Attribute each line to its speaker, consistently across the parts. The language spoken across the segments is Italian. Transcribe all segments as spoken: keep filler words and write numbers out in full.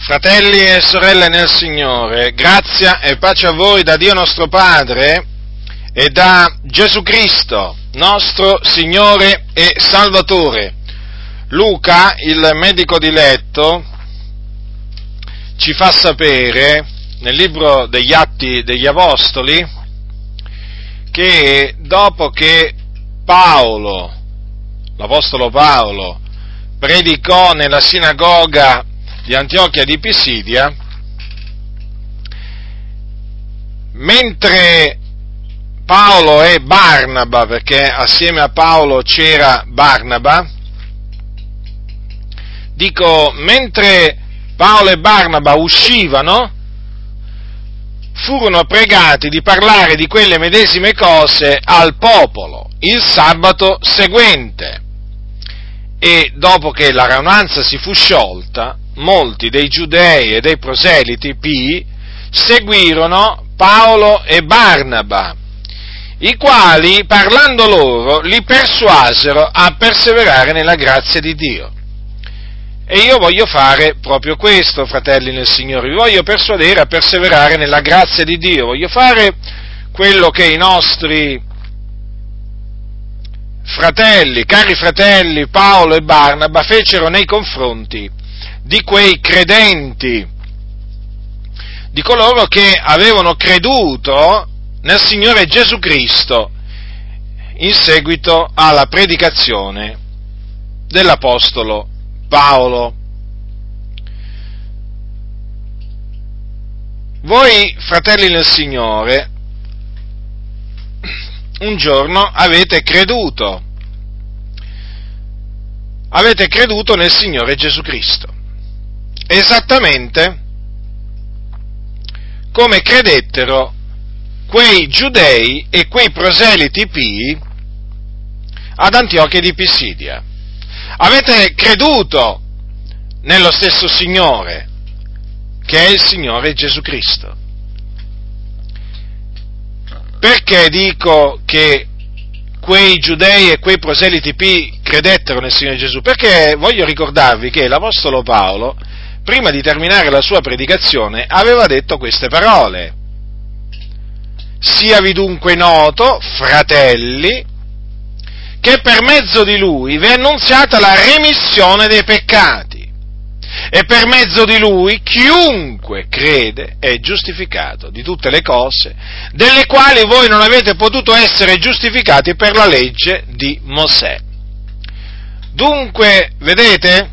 Speaker 1: Fratelli e sorelle nel Signore, grazia e pace a voi da Dio nostro Padre e da Gesù Cristo, nostro Signore e Salvatore. Luca, il medico di letto, ci fa sapere nel libro degli Atti degli Apostoli che dopo che Paolo, l'Apostolo Paolo, predicò nella sinagoga di Antiochia di Pisidia, mentre Paolo e Barnaba, perché assieme a Paolo c'era Barnaba, dico, mentre Paolo e Barnaba uscivano, furono pregati di parlare di quelle medesime cose al popolo il sabato seguente. E dopo che la raunanza si fu sciolta, molti dei giudei e dei proseliti pii seguirono Paolo e Barnaba, i quali, parlando loro, li persuasero a perseverare nella grazia di Dio. E io voglio fare proprio questo, fratelli nel Signore, vi voglio persuadere a perseverare nella grazia di Dio, voglio fare quello che i nostri fratelli, cari fratelli Paolo e Barnaba fecero nei confronti di quei credenti, di coloro che avevano creduto nel Signore Gesù Cristo in seguito alla predicazione dell'Apostolo Paolo. Voi, fratelli nel Signore, un giorno avete creduto, avete creduto nel Signore Gesù Cristo, esattamente come credettero quei giudei e quei proseliti pii ad Antiochia di Pisidia. Avete creduto nello stesso Signore, che è il Signore Gesù Cristo. Perché dico che quei giudei e quei proseliti pii credettero nel Signore Gesù? Perché voglio ricordarvi che l'Apostolo Paolo, prima di terminare la sua predicazione, aveva detto queste parole: siavi dunque noto, fratelli, che per mezzo di lui vi è annunziata la remissione dei peccati, e per mezzo di lui chiunque crede è giustificato di tutte le cose delle quali voi non avete potuto essere giustificati per la legge di Mosè. Dunque, vedete,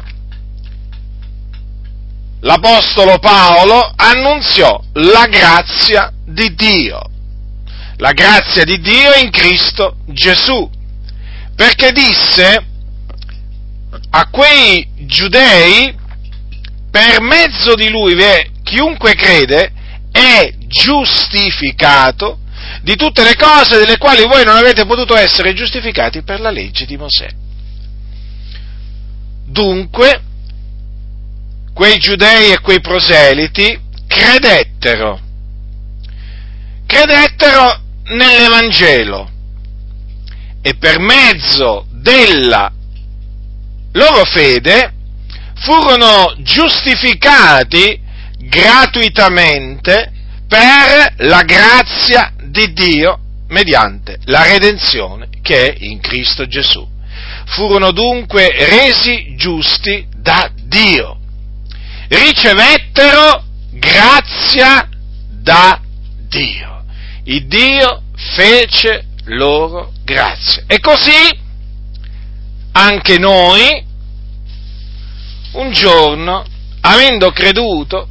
Speaker 1: l'Apostolo Paolo annunziò la grazia di Dio, la grazia di Dio in Cristo Gesù, perché disse a quei giudei: per mezzo di lui chiunque crede è giustificato di tutte le cose delle quali voi non avete potuto essere giustificati per la legge di Mosè. Dunque, quei giudei e quei proseliti credettero, credettero nell'Evangelo e per mezzo della loro fede furono giustificati gratuitamente per la grazia di Dio mediante la redenzione che è in Cristo Gesù. Furono dunque resi giusti da Dio, ricevettero grazia da Dio. Il Dio fece loro grazia. E così anche noi, un giorno, avendo creduto,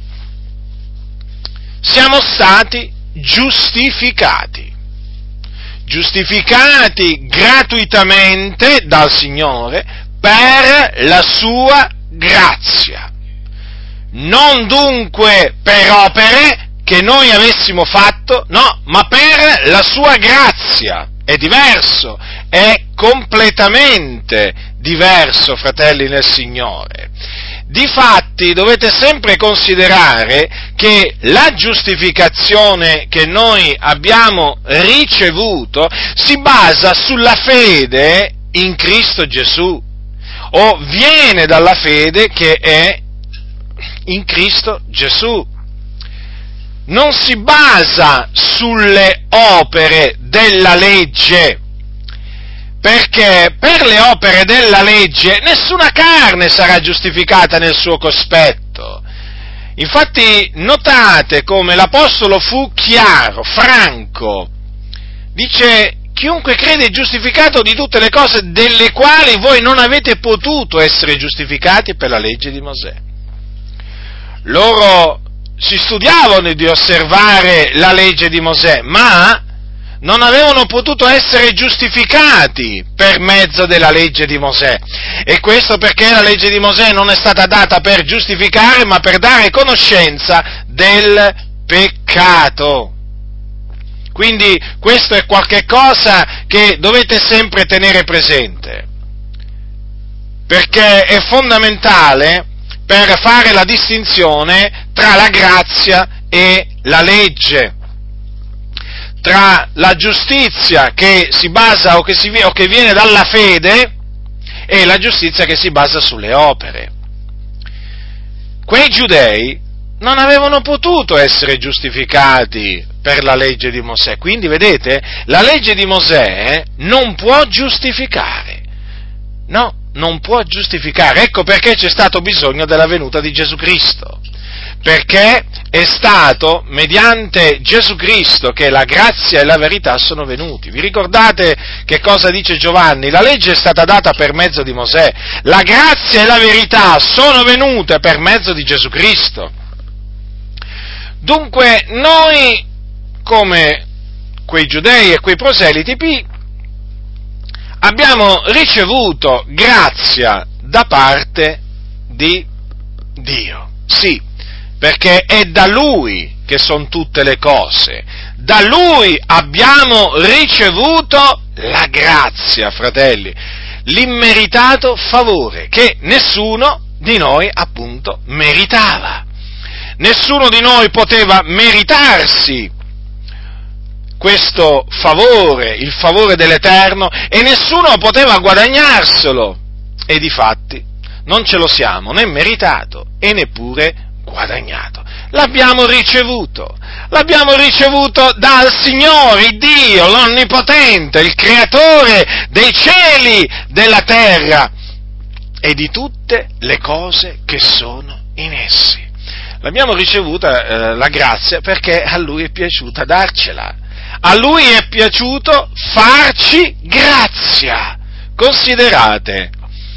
Speaker 1: siamo stati giustificati, giustificati gratuitamente dal Signore per la sua grazia, non dunque per opere che noi avessimo fatto, no, ma per la sua grazia. È diverso, è completamente diverso, fratelli nel Signore. Difatti dovete sempre considerare che la giustificazione che noi abbiamo ricevuto si basa sulla fede in Cristo Gesù, o viene dalla fede che è in Cristo Gesù. Non si basa sulle opere della legge, perché per le opere della legge nessuna carne sarà giustificata nel suo cospetto. Infatti notate come l'Apostolo fu chiaro, franco, dice: chiunque crede è giustificato di tutte le cose delle quali voi non avete potuto essere giustificati per la legge di Mosè. Loro si studiavano di osservare la legge di Mosè, ma non avevano potuto essere giustificati per mezzo della legge di Mosè. E questo perché la legge di Mosè non è stata data per giustificare, ma per dare conoscenza del peccato. Quindi questo è qualche cosa che dovete sempre tenere presente, perché è fondamentale per fare la distinzione tra la grazia e la legge, tra la giustizia che si basa o che, si, o che viene dalla fede e la giustizia che si basa sulle opere. Quei giudei non avevano potuto essere giustificati per la legge di Mosè, quindi vedete, la legge di Mosè non può giustificare, no, non può giustificare, ecco perché c'è stato bisogno della venuta di Gesù Cristo, perché è stato mediante Gesù Cristo che la grazia e la verità sono venuti. Vi ricordate che cosa dice Giovanni? La legge è stata data per mezzo di Mosè, la grazia e la verità sono venute per mezzo di Gesù Cristo. Dunque noi, come quei giudei e quei proseliti, abbiamo ricevuto grazia da parte di Dio, sì, perché è da Lui che sono tutte le cose, da Lui abbiamo ricevuto la grazia, fratelli, l'immeritato favore che nessuno di noi appunto meritava. Nessuno di noi poteva meritarsi questo favore, il favore dell'Eterno, e nessuno poteva guadagnarselo, e difatti non ce lo siamo né meritato e neppure guadagnato. L'abbiamo ricevuto, l'abbiamo ricevuto dal Signore, Dio, l'Onnipotente, il Creatore dei cieli, della terra e di tutte le cose che sono in essi. L'abbiamo ricevuta eh, la grazia perché a Lui è piaciuta darcela. A Lui è piaciuto farci grazia. Considerate,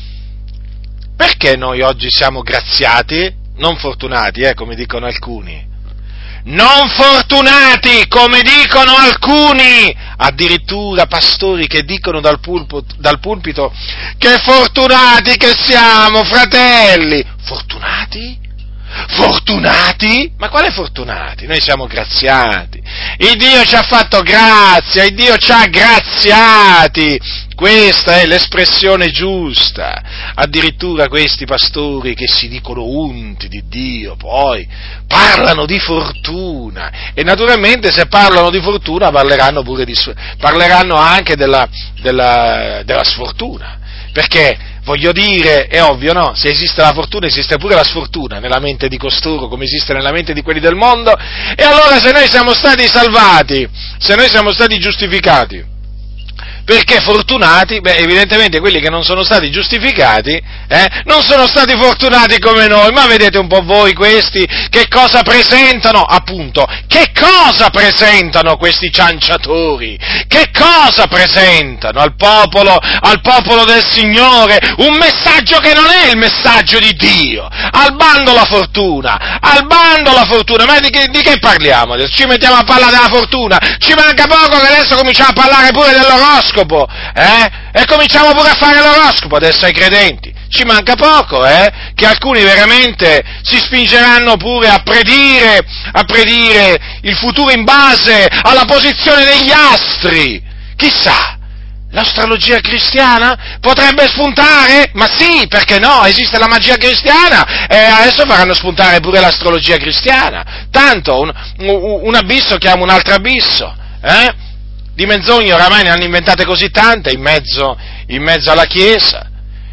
Speaker 1: perché noi oggi siamo graziati, non fortunati, eh, come dicono alcuni. Non fortunati, come dicono alcuni, addirittura pastori che dicono dal pulpito, dal pulpito che fortunati che siamo, fratelli. Fortunati? Fortunati? Ma quale fortunati? Noi siamo graziati. Il Dio ci ha fatto grazia, il Dio ci ha graziati. Questa è l'espressione giusta. Addirittura questi pastori che si dicono unti di Dio, poi parlano di fortuna. E naturalmente se parlano di fortuna parleranno pure di parleranno anche della, della, della sfortuna. Perché voglio dire, è ovvio, no? Se esiste la fortuna, esiste pure la sfortuna nella mente di costoro, come esiste nella mente di quelli del mondo. E allora se noi siamo stati salvati, se noi siamo stati giustificati, perché fortunati? Beh, evidentemente quelli che non sono stati giustificati, eh, non sono stati fortunati come noi, ma vedete un po' voi questi, che cosa presentano? Appunto, che cosa presentano questi cianciatori? Che cosa presentano al popolo, al popolo del Signore? Un messaggio che non è il messaggio di Dio, al bando la fortuna, al bando la fortuna, ma di che, di che parliamo adesso? Ci mettiamo a parlare della fortuna? Ci manca poco che adesso cominciamo a parlare pure dell'oroscopo. Eh? E cominciamo pure a fare l'oroscopo adesso ai credenti. Ci manca poco, eh? Che alcuni veramente si spingeranno pure a predire, a predire il futuro in base alla posizione degli astri. Chissà, l'astrologia cristiana potrebbe spuntare? Ma sì, perché no? Esiste la magia cristiana e adesso faranno spuntare pure l'astrologia cristiana. Tanto un, un, un abisso chiama un altro abisso, eh? Di menzogne oramai ne hanno inventate così tante in mezzo, in mezzo alla Chiesa,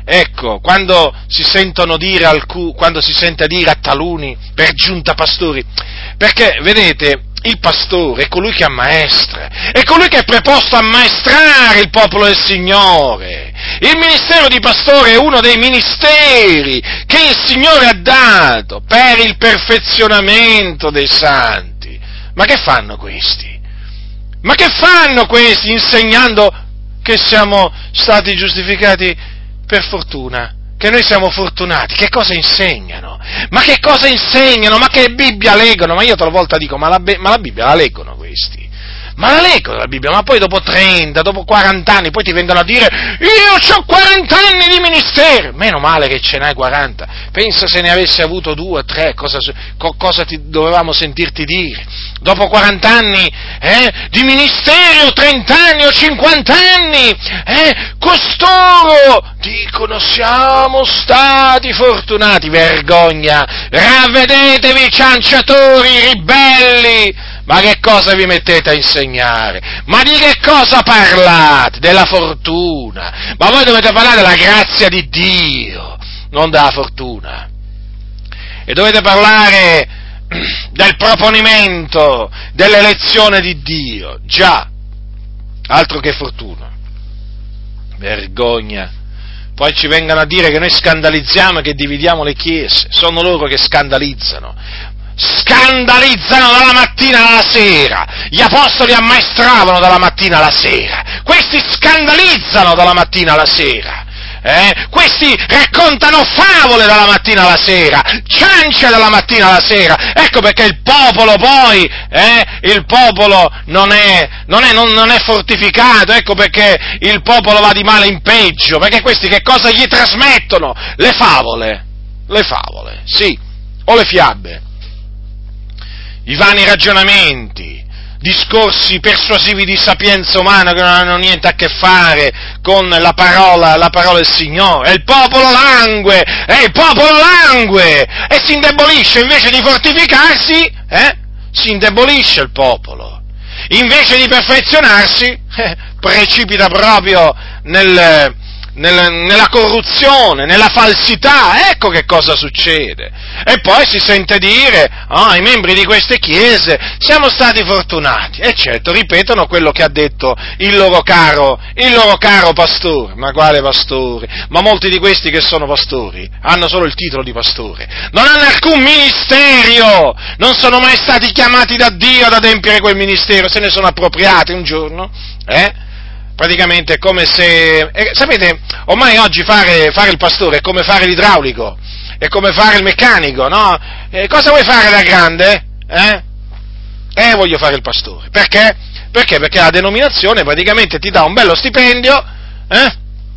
Speaker 1: ecco, quando si sentono dire alcu, quando si sente dire a taluni, per giunta pastori, perché, vedete, il pastore è colui che ammaestra, è colui che è preposto a ammaestrare il popolo del Signore. Il ministero di pastore è uno dei ministeri che il Signore ha dato per il perfezionamento dei santi. Ma che fanno questi? Ma che fanno questi insegnando che siamo stati giustificati per fortuna? Che noi siamo fortunati? Che cosa insegnano? Ma che cosa insegnano? Ma che Bibbia leggono? Ma io talvolta dico, ma la, ma la Bibbia la leggono questi? Ma la leggono la Bibbia? Ma poi dopo trenta, dopo quaranta anni, poi ti vengono a dire, io ho quaranta anni di ministero! Meno male che ce n'hai quaranta. Pensa se ne avessi avuto due o tre, cosa, cosa ti dovevamo sentirti dire? Dopo quaranta anni eh, di ministero, trenta anni o cinquanta anni, eh, costoro dicono siamo stati fortunati. Vergogna! Ravvedetevi, cianciatori, ribelli! Ma che cosa vi mettete a insegnare? Ma di che cosa parlate? Della fortuna. Ma voi dovete parlare della grazia di Dio, non della fortuna. E dovete parlare del proponimento, dell'elezione di Dio. Già, altro che fortuna. Vergogna. Poi ci vengano a dire che noi scandalizziamo e che dividiamo le chiese. Sono loro che scandalizzano. Scandalizzano dalla mattina alla sera. Gli apostoli ammaestravano dalla mattina alla sera. Questi scandalizzano dalla mattina alla sera. Eh? Questi raccontano favole dalla mattina alla sera, ciance dalla mattina alla sera. Ecco perché il popolo poi, eh? il popolo non è, non, è, non, non è fortificato, ecco perché il popolo va di male in peggio, perché questi che cosa gli trasmettono? Le favole, le favole, sì, o le fiabe. I vani ragionamenti, discorsi persuasivi di sapienza umana che non hanno niente a che fare con la parola, la parola del Signore. E il popolo langue, e il popolo langue, e si indebolisce, invece di fortificarsi, eh, si indebolisce il popolo. Invece di perfezionarsi, eh, precipita proprio nel... nella corruzione, nella falsità, ecco che cosa succede. E poi si sente dire, ah, i membri di queste chiese siamo stati fortunati, e certo, ripetono quello che ha detto il loro caro, il loro caro pastore. Ma quale pastore? Ma molti di questi che sono pastori hanno solo il titolo di pastore, non hanno alcun ministero, non sono mai stati chiamati da Dio ad adempiere quel ministero, se ne sono appropriati un giorno, eh? Praticamente è come se, eh, sapete, ormai oggi fare, fare il pastore è come fare l'idraulico, è come fare il meccanico, no? Eh, cosa vuoi fare da grande? Eh? Eh, voglio fare il pastore. Perché? Perché? Perché la denominazione praticamente ti dà un bello stipendio, eh?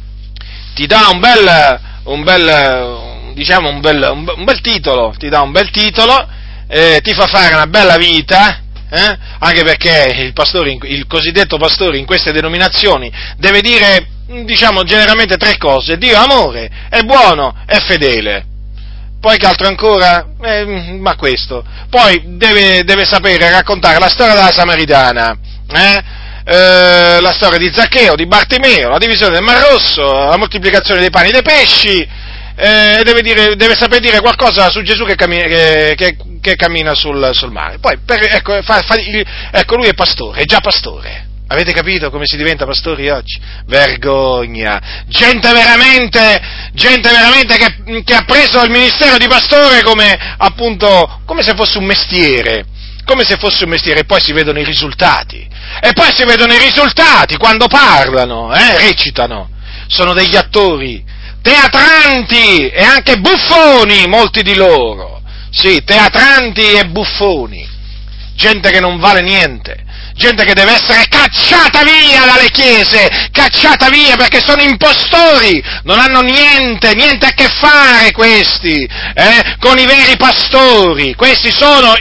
Speaker 1: Ti dà un bel, un bel, diciamo un bel, un bel titolo, ti dà un bel titolo, eh, ti fa fare una bella vita, Eh? Anche perché il pastore, il cosiddetto pastore in queste denominazioni deve dire, diciamo, generalmente tre cose: Dio è amore, è buono, è fedele. Poi che altro ancora? Eh, ma questo. Poi deve, deve sapere raccontare la storia della Samaritana, eh? Eh, la storia di Zaccheo, di Bartimeo, la divisione del Mar Rosso, la moltiplicazione dei pani e dei pesci. Eh, deve, dire, deve saper dire qualcosa su Gesù che cammina, che, che, che cammina sul, sul mare. Poi, per, ecco, fa, fa, ecco, lui è pastore, è già pastore. Avete capito come si diventa pastori oggi? Vergogna! Gente veramente, gente veramente che, che ha preso il ministero di pastore come, appunto, come se fosse un mestiere. Come se fosse un mestiere, e poi si vedono i risultati. E poi si vedono i risultati quando parlano, eh, recitano. Sono degli attori teatranti e anche buffoni, molti di loro, sì, teatranti e buffoni, gente che non vale niente, gente che deve essere cacciata via dalle chiese, cacciata via perché sono impostori, non hanno niente, niente a che fare questi, eh, con i veri pastori, questi sono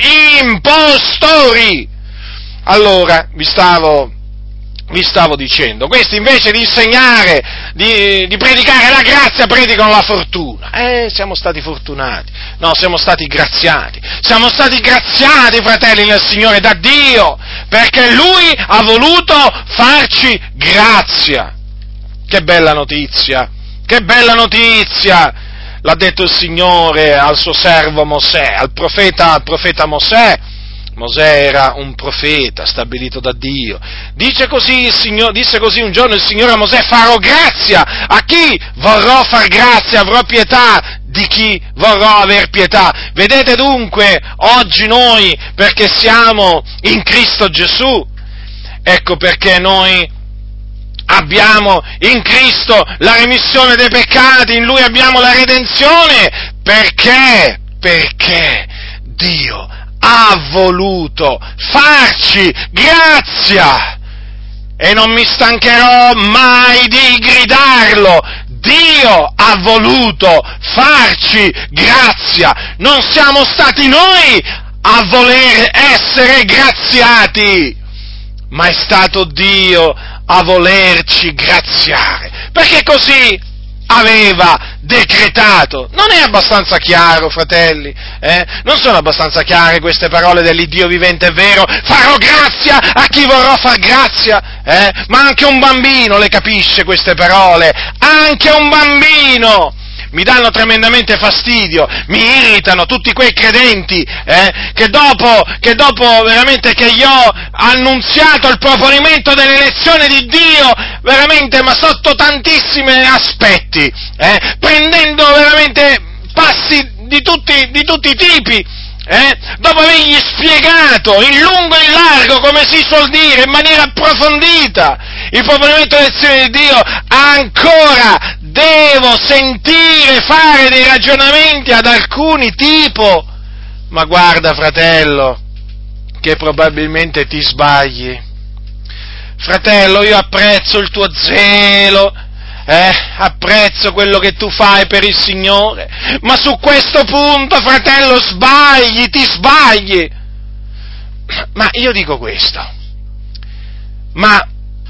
Speaker 1: impostori. Allora, vi stavo... Vi stavo dicendo, questi invece di insegnare, di, di predicare la grazia, predicano la fortuna. Eh, siamo stati fortunati, no, siamo stati graziati, siamo stati graziati, fratelli nel Signore, da Dio, perché Lui ha voluto farci grazia. Che bella notizia, che bella notizia! L'ha detto il Signore al suo servo Mosè, al profeta, al profeta Mosè. Mosè era un profeta stabilito da Dio. Dice così il Signore, disse così un giorno il Signore a Mosè: farò grazia a chi vorrò far grazia, avrò pietà di chi vorrò aver pietà. Vedete dunque, oggi noi, perché siamo in Cristo Gesù, ecco perché noi abbiamo in Cristo la remissione dei peccati, in Lui abbiamo la redenzione, perché? Perché Dio ha voluto farci grazia, e non mi stancherò mai di gridarlo. Dio ha voluto farci grazia, non siamo stati noi a voler essere graziati, ma è stato Dio a volerci graziare, perché così aveva decretato. Non è abbastanza chiaro, fratelli? Eh? Non sono abbastanza chiare queste parole dell'Iddio vivente, è vero? Farò grazia a chi vorrò far grazia, eh? Ma anche un bambino le capisce queste parole, anche un bambino! Mi danno tremendamente fastidio, mi irritano tutti quei credenti eh, che dopo, che dopo veramente che gli ho annunziato il proponimento dell'elezione di Dio, veramente, ma sotto tantissimi aspetti, eh, prendendo veramente passi di tutti, di tutti i tipi, eh, dopo avergli spiegato in lungo e in largo, come si suol dire, in maniera approfondita, il proponimento dell'elezione di Dio, ancora devo sentire fare dei ragionamenti ad alcuni tipo, ma guarda, fratello, che probabilmente ti sbagli. Fratello, io apprezzo il tuo zelo, eh, apprezzo quello che tu fai per il Signore, ma su questo punto, fratello, sbagli, ti sbagli. Ma io dico questo, ma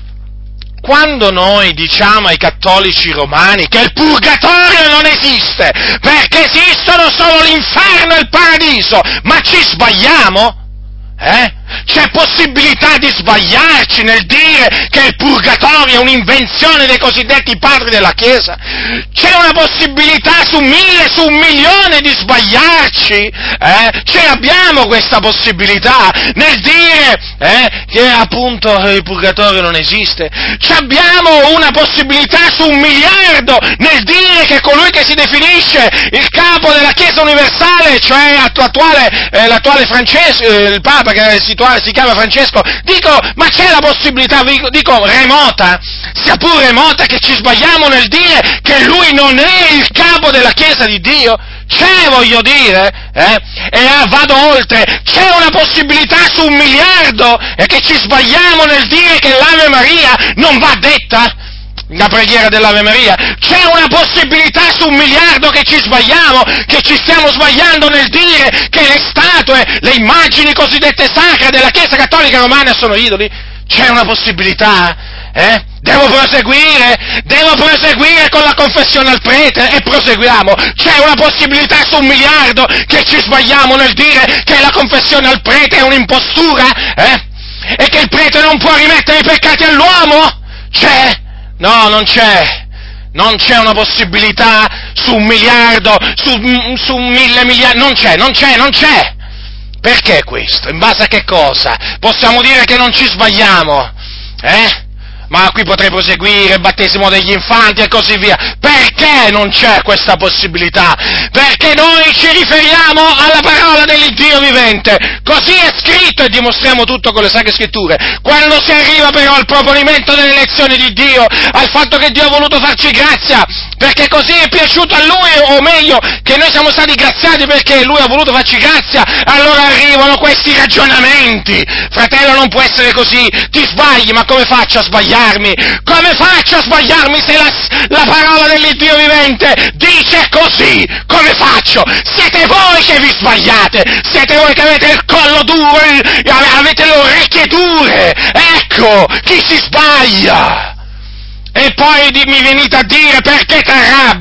Speaker 1: quando noi diciamo ai cattolici romani che il purgatorio non esiste, perché esistono solo l'inferno e il paradiso, ma ci sbagliamo? Eh? C'è possibilità di sbagliarci nel dire che il purgatorio è un'invenzione dei cosiddetti padri della Chiesa? C'è una possibilità su mille, su un milione di sbagliarci? Eh? Ce l'abbiamo questa possibilità nel dire eh, che appunto il purgatorio non esiste? Ci abbiamo una possibilità su un miliardo nel dire che colui che si definisce il capo della Chiesa universale, cioè attuale, eh, l'attuale Francesco, eh, il Papa che si, si chiama Francesco, dico, ma c'è la possibilità, dico, remota, sia pure remota, che ci sbagliamo nel dire che lui non è il capo della Chiesa di Dio? C'è, voglio dire, eh? E ah, vado oltre, c'è una possibilità su un miliardo e che ci sbagliamo nel dire che l'Ave Maria non va detta? La preghiera dell'Ave Maria, c'è una possibilità su un miliardo che ci sbagliamo, che ci stiamo sbagliando nel dire che le statue, le immagini cosiddette sacre della Chiesa Cattolica Romana sono idoli? C'è una possibilità? Eh? Devo proseguire? Devo proseguire con la confessione al prete? E proseguiamo. C'è una possibilità su un miliardo che ci sbagliamo nel dire che la confessione al prete è un'impostura? Eh? E che il prete non può rimettere i peccati all'uomo? C'è? No, non c'è, non c'è una possibilità su un miliardo, su, su mille miliardi, non c'è, non c'è, non c'è. Perché questo? In base a che cosa? Possiamo dire che non ci sbagliamo, eh? Ma qui potrei proseguire, il battesimo degli infanti e così via. Perché non c'è questa possibilità? Perché noi ci riferiamo alla parola dell'Iddio vivente. Così è scritto e dimostriamo tutto con le Sacre Scritture. Quando si arriva però al proponimento dell'elezione di Dio, al fatto che Dio ha voluto farci grazia, perché così è piaciuto a Lui, o meglio, che noi siamo stati graziati perché Lui ha voluto farci grazia, allora arrivano questi ragionamenti. Fratello, non può essere così, ti sbagli, ma come faccio a sbagliarmi? Come faccio a sbagliarmi se la, la parola dell'Iddio vivente dice così? Come faccio? Siete voi che vi sbagliate, siete voi che avete il collo duro, avete le orecchie dure, ecco, chi si sbaglia? E poi mi venite a dire perché t'arrabbi?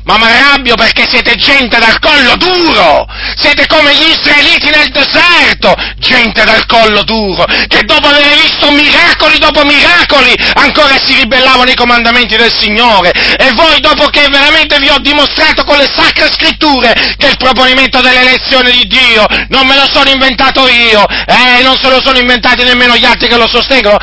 Speaker 1: ma mi arrabbio perché siete gente dal collo duro, siete come gli israeliti nel deserto, gente dal collo duro, che dopo aver visto miracoli dopo miracoli, ancora si ribellavano ai comandamenti del Signore, e voi dopo che veramente vi ho dimostrato con le sacre scritture che il proponimento dell'elezione di Dio non me lo sono inventato io, eh, non se lo sono inventati nemmeno gli altri che lo sostengono,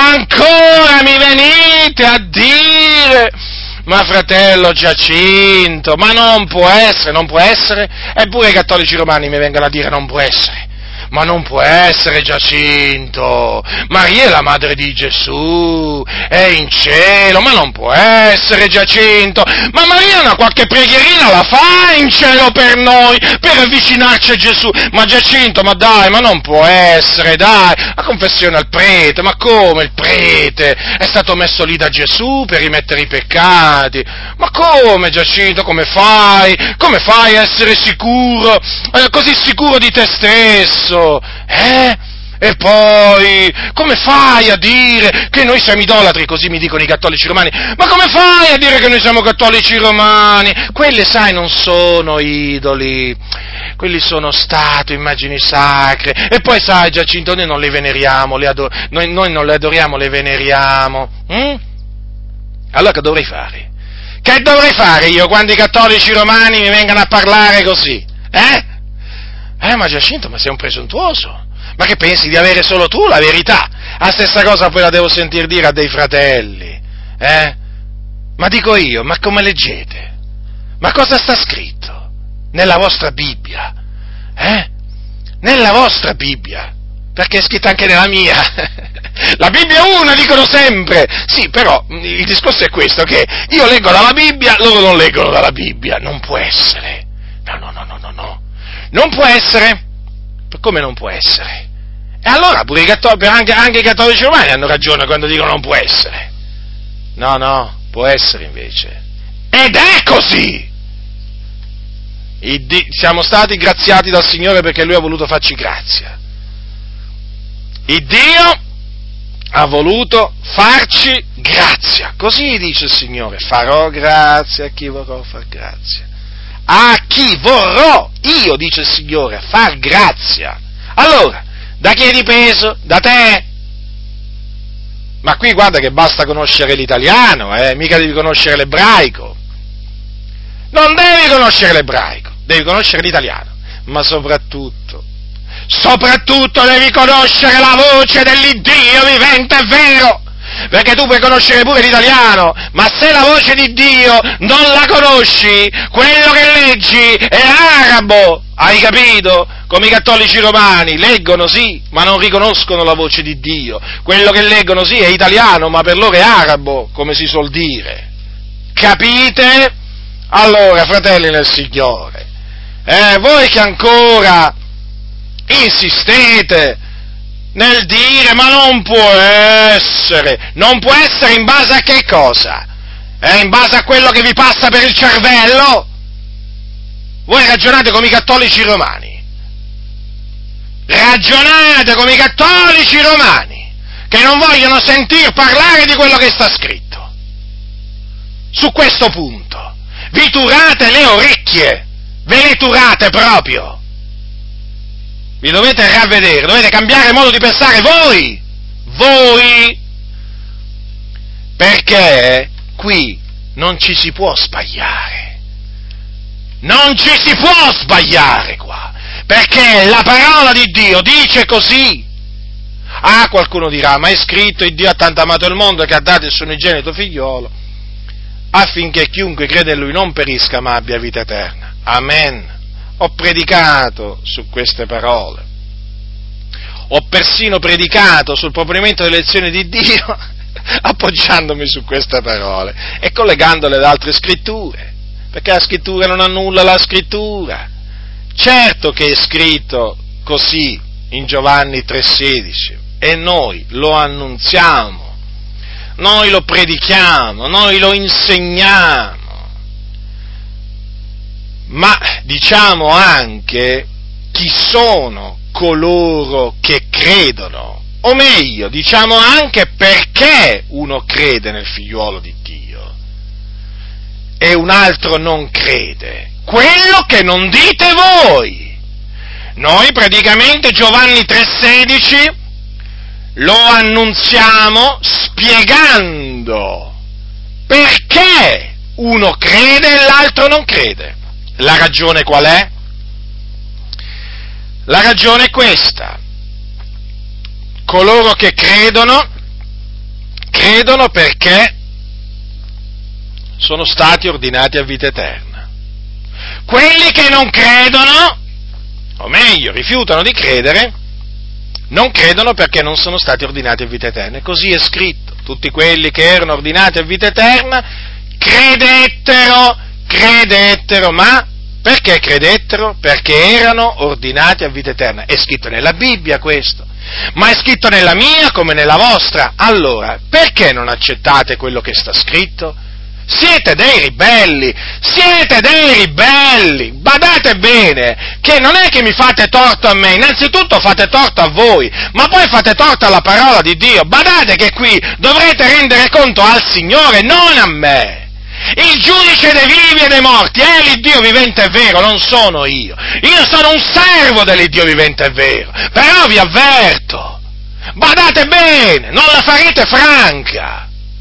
Speaker 1: ancora mi venite a dire... Ma fratello Giacinto, ma non può essere, non può essere, eppure i cattolici romani mi vengono a dire non può essere, ma non può essere Giacinto, Maria è la madre di Gesù, è in cielo, ma non può essere Giacinto, ma Maria una qualche preghierina la fa in cielo per noi, per avvicinarci a Gesù, ma Giacinto, ma dai, ma non può essere, dai, la confessione al prete, ma come il prete è stato messo lì da Gesù per rimettere i peccati, ma come Giacinto, come fai, come fai a essere sicuro, eh, così sicuro di te stesso? Eh? E poi, come fai a dire che noi siamo idolatri, così mi dicono i cattolici romani, ma come fai a dire che noi siamo cattolici romani? Quelle, sai, non sono idoli, quelli sono statue, immagini sacre, e poi sai Giacinto, noi non le veneriamo, le ador- noi, noi non le adoriamo, le veneriamo, hm? Allora che dovrei fare? Che dovrei fare io quando i cattolici romani mi vengano a parlare così? Eh? Eh, ma Giacinto, ma sei un presuntuoso? Ma che pensi di avere solo tu la verità? La stessa cosa poi la devo sentir dire a dei fratelli, eh? Ma dico io, ma come leggete? Ma cosa sta scritto nella vostra Bibbia? Eh? Nella vostra Bibbia? Perché è scritta anche nella mia. La Bibbia è una, dicono sempre. Sì, però il discorso è questo, che io leggo dalla Bibbia, loro non leggono dalla Bibbia. Non può essere. No, no, no, no, no, no. Non può essere. Come non può essere? E allora pure i cattolici, anche, anche i cattolici romani hanno ragione quando dicono non può essere. No, no, può essere invece. Ed è così! Di, siamo stati graziati dal Signore perché Lui ha voluto farci grazia. Il Dio ha voluto farci grazia. Così dice il Signore, farò grazia a chi vorrò far grazia. A chi vorrò io, dice il Signore, far grazia. Allora, da chi è dipeso? Da te? Ma qui guarda che basta conoscere l'italiano, eh, mica devi conoscere l'ebraico. Non devi conoscere l'ebraico, devi conoscere l'italiano, ma soprattutto, soprattutto devi conoscere la voce dell'Iddio vivente e vero. Perché tu puoi conoscere pure l'italiano, ma se la voce di Dio non la conosci, quello che leggi è arabo, hai capito? Come i cattolici romani, leggono sì, ma non riconoscono la voce di Dio. Quello che leggono sì è italiano, ma per loro è arabo, come si suol dire. Capite? Allora, fratelli nel Signore, eh, voi che ancora insistete nel dire, ma non può essere, non può essere in base a che cosa? Eh, in base a quello che vi passa per il cervello? Voi ragionate come i cattolici romani, ragionate come i cattolici romani, che non vogliono sentir parlare di quello che sta scritto. Su questo punto, vi turate le orecchie, ve le turate proprio. Vi dovete ravvedere, dovete cambiare modo di pensare voi, voi, perché qui non ci si può sbagliare, non ci si può sbagliare qua, perché la parola di Dio dice così. Ah, qualcuno dirà, ma è scritto, il Dio ha tanto amato il mondo che ha dato il suo unigenito figliolo, affinché chiunque crede in Lui non perisca ma abbia vita eterna. Amen. Ho predicato su queste parole, ho persino predicato sul proponimento dell'elezione di Dio appoggiandomi su queste parole e collegandole ad altre scritture, perché la scrittura non annulla la scrittura. Certo che è scritto così in Giovanni tre sedici e noi lo annunziamo, noi lo predichiamo, noi lo insegniamo. Ma diciamo anche chi sono coloro che credono, o meglio, diciamo anche perché uno crede nel figliuolo di Dio. e un altro non crede? Quello che non dite voi. Noi praticamente Giovanni tre sedici lo annunziamo spiegando perché uno crede e l'altro non crede. La ragione qual è? La ragione è questa: coloro che credono, credono perché sono stati ordinati a vita eterna. Quelli che non credono, o meglio, rifiutano di credere, non credono perché non sono stati ordinati a vita eterna. E così è scritto: tutti quelli che erano ordinati a vita eterna credettero, credettero, ma perché credettero? Perché erano ordinati a vita eterna. È scritto nella Bibbia questo, ma è scritto nella mia come nella vostra. Allora, perché non accettate quello che sta scritto? Siete dei ribelli, siete dei ribelli, badate bene, che non è che mi fate torto a me, innanzitutto fate torto a voi, ma poi fate torto alla parola di Dio, badate che qui dovrete rendere conto al Signore, non a me. Il giudice dei vivi e dei morti è l'Iddio vivente e vero, non sono io, io sono un servo dell'Iddio vivente e vero, però vi avverto, badate bene, non la farete franca.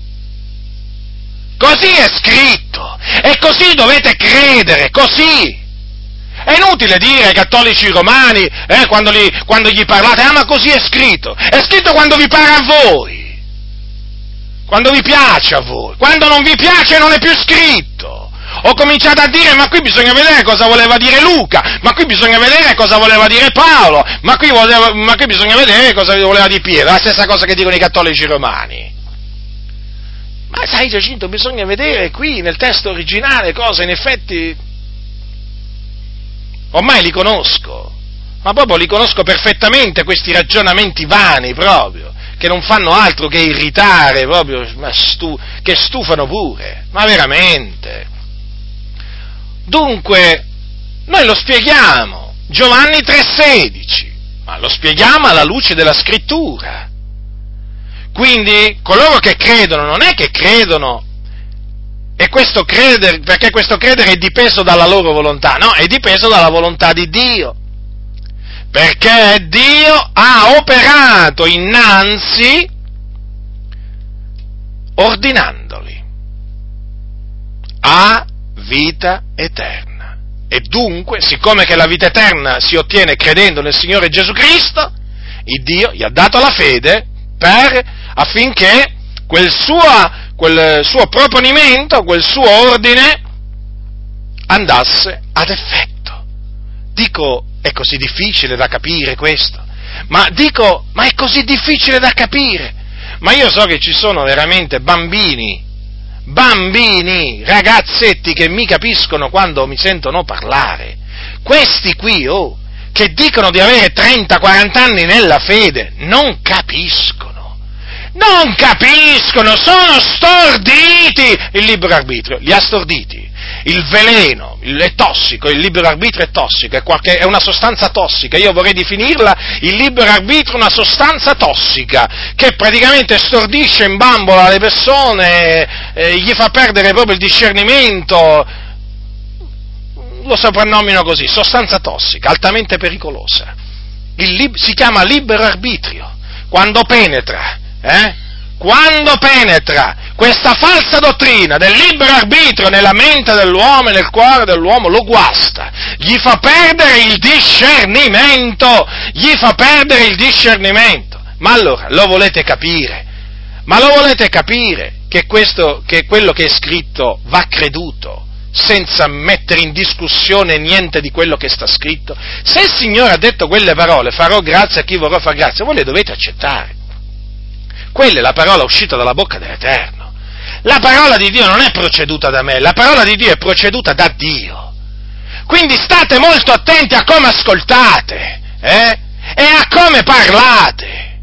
Speaker 1: Così è scritto, e così dovete credere, così. È inutile dire ai cattolici romani, eh, quando, li, quando gli parlate, ah ma così è scritto, è scritto quando vi pare a voi, quando vi piace a voi, quando non vi piace non è più scritto. Ho cominciato a dire, ma qui bisogna vedere cosa voleva dire Luca, ma qui bisogna vedere cosa voleva dire Paolo, ma qui, voleva, ma qui bisogna vedere cosa voleva dire Pietro, la stessa cosa che dicono i cattolici romani. Ma sai Giacinto, bisogna vedere qui nel testo originale cosa, in effetti, ormai li conosco, ma proprio li conosco perfettamente questi ragionamenti vani proprio, che non fanno altro che irritare proprio, ma stu, che stufano pure, ma veramente. Dunque, noi lo spieghiamo, Giovanni tre sedici, ma lo spieghiamo alla luce della Scrittura. Quindi coloro che credono non è che credono e questo credere, perché questo credere è dipeso dalla loro volontà, no, è dipeso dalla volontà di Dio, perché Dio ha operato innanzi ordinandoli a vita eterna. E dunque, siccome che la vita eterna si ottiene credendo nel Signore Gesù Cristo, il Dio gli ha dato la fede per affinché quel suo, quel suo proponimento, quel suo ordine andasse ad effetto. Dico, è così difficile da capire questo? Ma dico, ma è così difficile da capire? Ma io so che ci sono veramente bambini, bambini, ragazzetti che mi capiscono quando mi sentono parlare. Questi qui, oh, che dicono di avere trenta quaranta anni nella fede, non capiscono. Non capiscono, sono storditi, il libero arbitrio li ha storditi, il veleno, il, è tossico, il libero arbitrio è tossico, è, qualche, è una sostanza tossica, io vorrei definirla il libero arbitrio una sostanza tossica, che praticamente stordisce in bambola le persone, eh, gli fa perdere proprio il discernimento, lo soprannomino così, sostanza tossica, altamente pericolosa, il, si chiama libero arbitrio, quando penetra, Eh? Quando penetra questa falsa dottrina del libero arbitrio nella mente dell'uomo e nel cuore dell'uomo, lo guasta, gli fa perdere il discernimento, gli fa perdere il discernimento. Ma allora, lo volete capire? Ma lo volete capire che questo, che quello che è scritto va creduto, senza mettere in discussione niente di quello che sta scritto? Se il Signore ha detto quelle parole, farò grazia a chi vorrà far grazia, voi le dovete accettare. Quella è la parola uscita dalla bocca dell'Eterno. La parola di Dio non è proceduta da me, la parola di Dio è proceduta da Dio. Quindi state molto attenti a come ascoltate, eh? E a come parlate.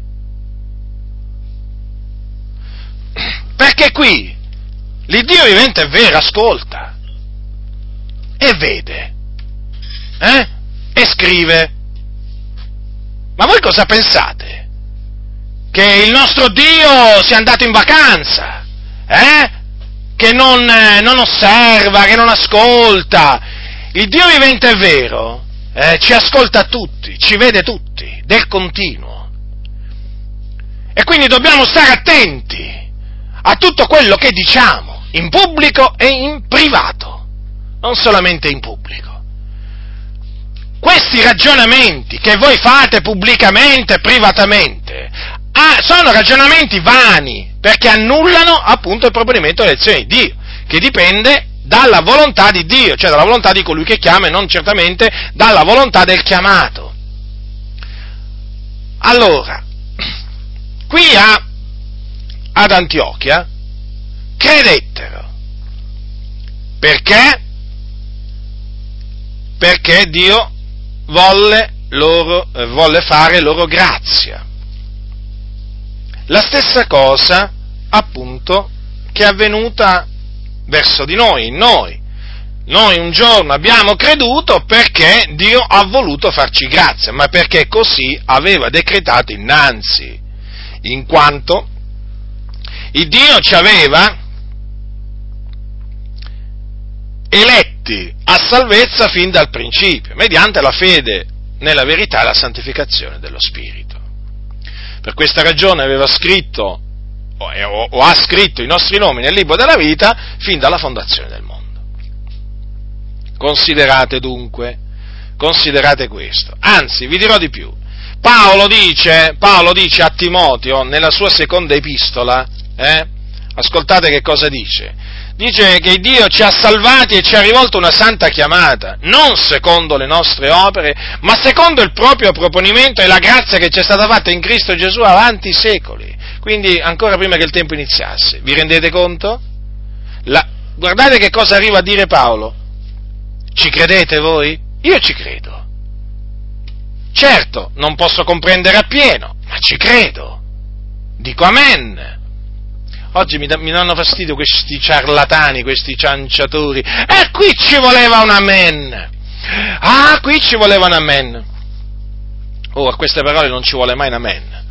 Speaker 1: Perché qui l'Iddio vivente è vero, ascolta e vede, eh? E scrive. Ma voi cosa pensate? Che il nostro Dio sia andato in vacanza, eh? che non, eh, non osserva, che non ascolta. Il Dio vivente è vero, eh, ci ascolta tutti, ci vede tutti, del continuo. E quindi dobbiamo stare attenti a tutto quello che diciamo, in pubblico e in privato, non solamente in pubblico. Questi ragionamenti che voi fate pubblicamente e privatamente ah, sono ragionamenti vani, perché annullano appunto il proponimento dell'elezione di Dio, che dipende dalla volontà di Dio, cioè dalla volontà di colui che chiama e non certamente dalla volontà del chiamato. Allora, qui a, ad Antiochia credettero. Perché? Perché Dio volle, loro, eh, volle fare loro grazia. La stessa cosa, appunto, che è avvenuta verso di noi, in noi. Noi un giorno abbiamo creduto perché Dio ha voluto farci grazia, ma perché così aveva decretato innanzi, in quanto il Dio ci aveva eletti a salvezza fin dal principio, mediante la fede nella verità e la santificazione dello Spirito. Per questa ragione aveva scritto, o, o, o ha scritto i nostri nomi nel libro della vita fin dalla fondazione del mondo. Considerate dunque, considerate questo. Anzi, vi dirò di più. Paolo dice, Paolo dice a Timoteo, nella sua seconda epistola, eh, ascoltate che cosa dice. Dice che Dio ci ha salvati e ci ha rivolto una santa chiamata, non secondo le nostre opere, ma secondo il proprio proponimento e la grazia che ci è stata fatta in Cristo Gesù avanti i secoli. Quindi ancora prima che il tempo iniziasse. Vi rendete conto? La, guardate che cosa arriva a dire Paolo. Ci credete voi? Io ci credo. Certo, non posso comprendere appieno, ma ci credo. Dico amen. Oggi mi, da, mi danno fastidio questi ciarlatani, questi cianciatori. E qui ci voleva un amen. Ah, qui ci voleva un amen. Oh, a queste parole non ci vuole mai un amen,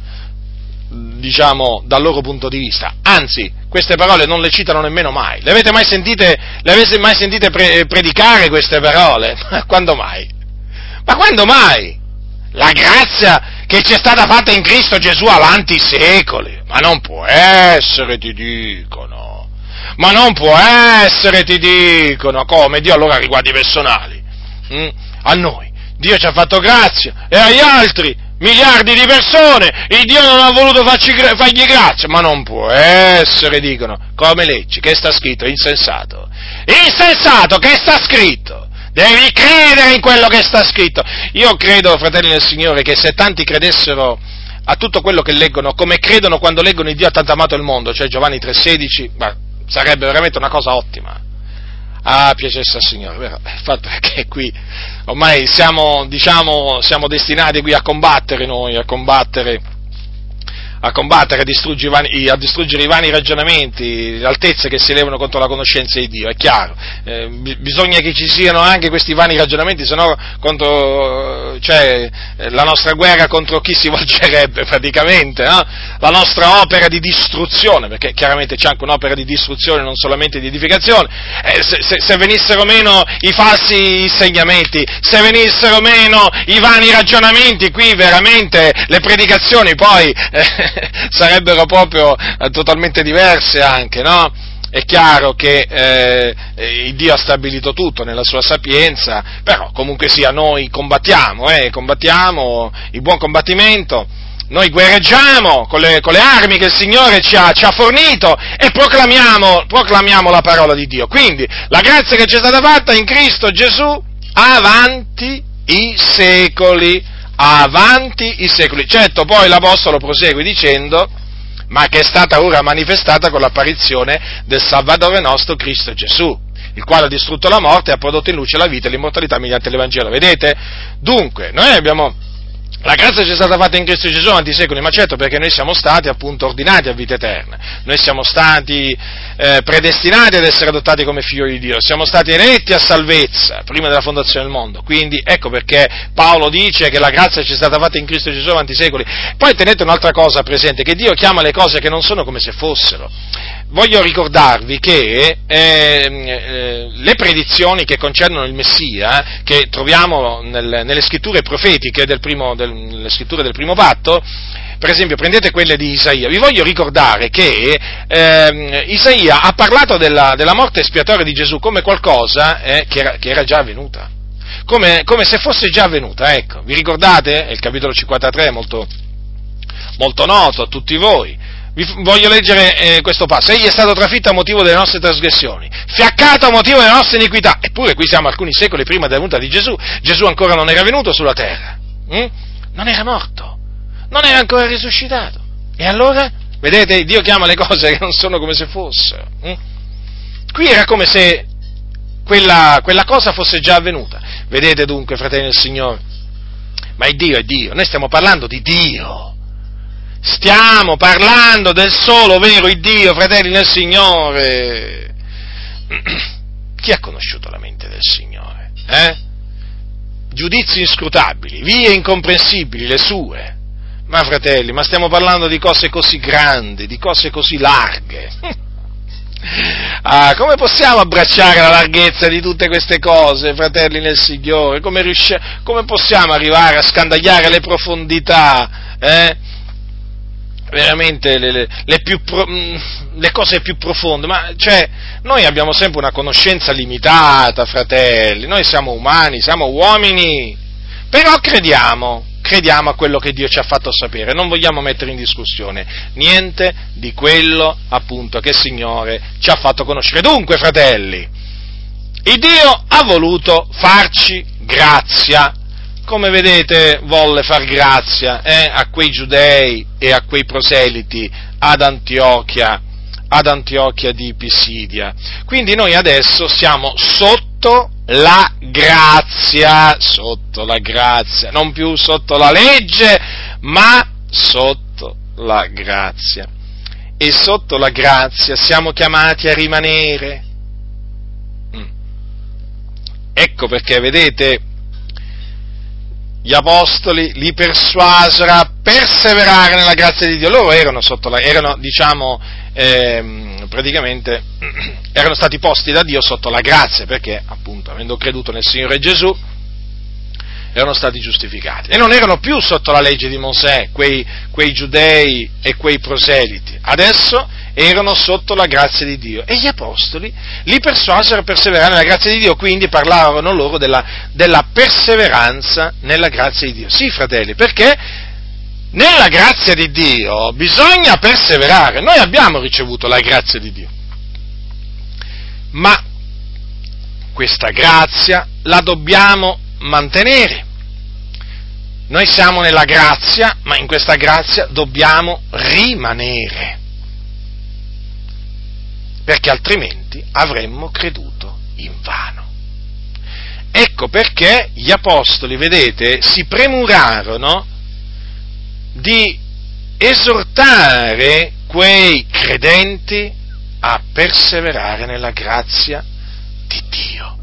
Speaker 1: diciamo, dal loro punto di vista. Anzi, queste parole non le citano nemmeno mai. Le avete mai sentite, le avete mai sentite pre, predicare queste parole? Ma quando mai? Ma quando mai? La grazia che ci è stata fatta in Cristo Gesù avanti i secoli. Ma non può essere, ti dicono. Ma non può essere, ti dicono. Come? Dio allora riguardi i personali. Mm? A noi. Dio ci ha fatto grazia. E agli altri, miliardi di persone, il Dio non ha voluto farci, fargli grazia. Ma non può essere, dicono. Come leggi? Che sta scritto? Insensato. Insensato, che sta scritto? Devi credere in quello che sta scritto. Io credo, fratelli del Signore, che se tanti credessero a tutto quello che leggono, come credono quando leggono il Dio ha tanto amato il mondo, cioè Giovanni tre sedici, beh, sarebbe veramente una cosa ottima. Ah, piacesse al Signore, vero? Il fatto è che qui ormai siamo, diciamo, siamo destinati qui a combattere noi, a combattere a combattere, a distruggere, i vani, a distruggere i vani ragionamenti, le altezze che si elevano contro la conoscenza di Dio, è chiaro. Eh, bisogna che ci siano anche questi vani ragionamenti, se no contro, cioè, la nostra guerra contro chi si volgerebbe praticamente, no? La nostra opera di distruzione, perché chiaramente c'è anche un'opera di distruzione, non solamente di edificazione. Eh, se, se, se venissero meno i falsi insegnamenti, se venissero meno i vani ragionamenti, qui veramente le predicazioni poi eh, sarebbero proprio eh, totalmente diverse anche, no? È chiaro che eh, il Dio ha stabilito tutto nella sua sapienza, però comunque sia noi combattiamo, eh, combattiamo il buon combattimento, noi guerreggiamo con le, con le armi che il Signore ci ha, ci ha fornito e proclamiamo, proclamiamo la parola di Dio. Quindi la grazia che ci è stata fatta in Cristo Gesù avanti i secoli. Avanti i secoli. Certo, poi l'Apostolo prosegue dicendo, ma che è stata ora manifestata con l'apparizione del Salvatore nostro Cristo Gesù, il quale ha distrutto la morte e ha prodotto in luce la vita e l'immortalità mediante l'Evangelo. Vedete? Dunque, noi abbiamo, la grazia ci è stata fatta in Cristo Gesù avanti i secoli, ma certo perché noi siamo stati appunto ordinati a vita eterna, noi siamo stati eh, predestinati ad essere adottati come figli di Dio, siamo stati eletti a salvezza prima della fondazione del mondo, quindi ecco perché Paolo dice che la grazia ci è stata fatta in Cristo Gesù avanti i secoli. Poi tenete un'altra cosa presente, che Dio chiama le cose che non sono come se fossero. voglio ricordarvi che eh, eh, le predizioni che concernono il Messia, che troviamo nel, nelle scritture profetiche del primo, del, nelle scritture del primo patto, per esempio prendete quelle di Isaia, vi voglio ricordare che eh, Isaia ha parlato della, della morte espiatoria di Gesù come qualcosa eh, che, era, che era già avvenuta, come, come se fosse già avvenuta, ecco, vi ricordate? È il capitolo cinquantatré, molto, molto noto a tutti voi. Vi voglio leggere eh, questo passo. Egli è stato trafitto a motivo delle nostre trasgressioni, fiaccato a motivo delle nostre iniquità. Eppure qui siamo alcuni secoli prima della venuta di Gesù. Gesù ancora non era venuto sulla terra, hm? Non era morto, non era ancora risuscitato. E allora, vedete, Dio chiama le cose che non sono come se fossero. Hm? Qui era come se quella, quella cosa fosse già avvenuta. Vedete dunque, fratelli del Signore, ma il Dio è Dio, noi stiamo parlando di Dio. Stiamo parlando del solo vero Iddio, fratelli nel Signore. Chi ha conosciuto la mente del Signore? Eh? Giudizi inscrutabili, vie incomprensibili le sue. Ma fratelli, ma stiamo parlando di cose così grandi, di cose così larghe. Ah, come possiamo abbracciare la larghezza di tutte queste cose, fratelli nel Signore? Come, riusci- come possiamo arrivare a scandagliare le profondità, eh? veramente le, le, le, più pro, le cose più profonde, ma cioè noi abbiamo sempre una conoscenza limitata, fratelli, noi siamo umani, siamo uomini, però crediamo, crediamo a quello che Dio ci ha fatto sapere, non vogliamo mettere in discussione niente di quello appunto che il Signore ci ha fatto conoscere. Dunque, fratelli, il Dio ha voluto farci grazia. Come vedete, volle far grazia eh, a quei giudei e a quei proseliti ad Antiochia, ad Antiochia di Pisidia. Quindi noi adesso siamo sotto la grazia, sotto la grazia, non più sotto la legge, ma sotto la grazia. E sotto la grazia siamo chiamati a rimanere. Mm. Ecco perché, vedete, gli apostoli li persuasero a perseverare nella grazia di Dio. Loro erano sotto la, erano, diciamo, ehm, praticamente, erano stati posti da Dio sotto la grazia, perché, appunto, avendo creduto nel Signore Gesù, erano stati giustificati. E non erano più sotto la legge di Mosè, quei, quei giudei e quei proseliti. Adesso erano sotto la grazia di Dio. E gli apostoli li persuasero a perseverare nella grazia di Dio, quindi parlavano loro della, della perseveranza nella grazia di Dio. Sì, fratelli, perché nella grazia di Dio bisogna perseverare. Noi abbiamo ricevuto la grazia di Dio, ma questa grazia la dobbiamo mantenere. Noi siamo nella grazia, ma in questa grazia dobbiamo rimanere, perché altrimenti avremmo creduto invano. Ecco perché gli apostoli, vedete, si premurarono di esortare quei credenti a perseverare nella grazia di Dio.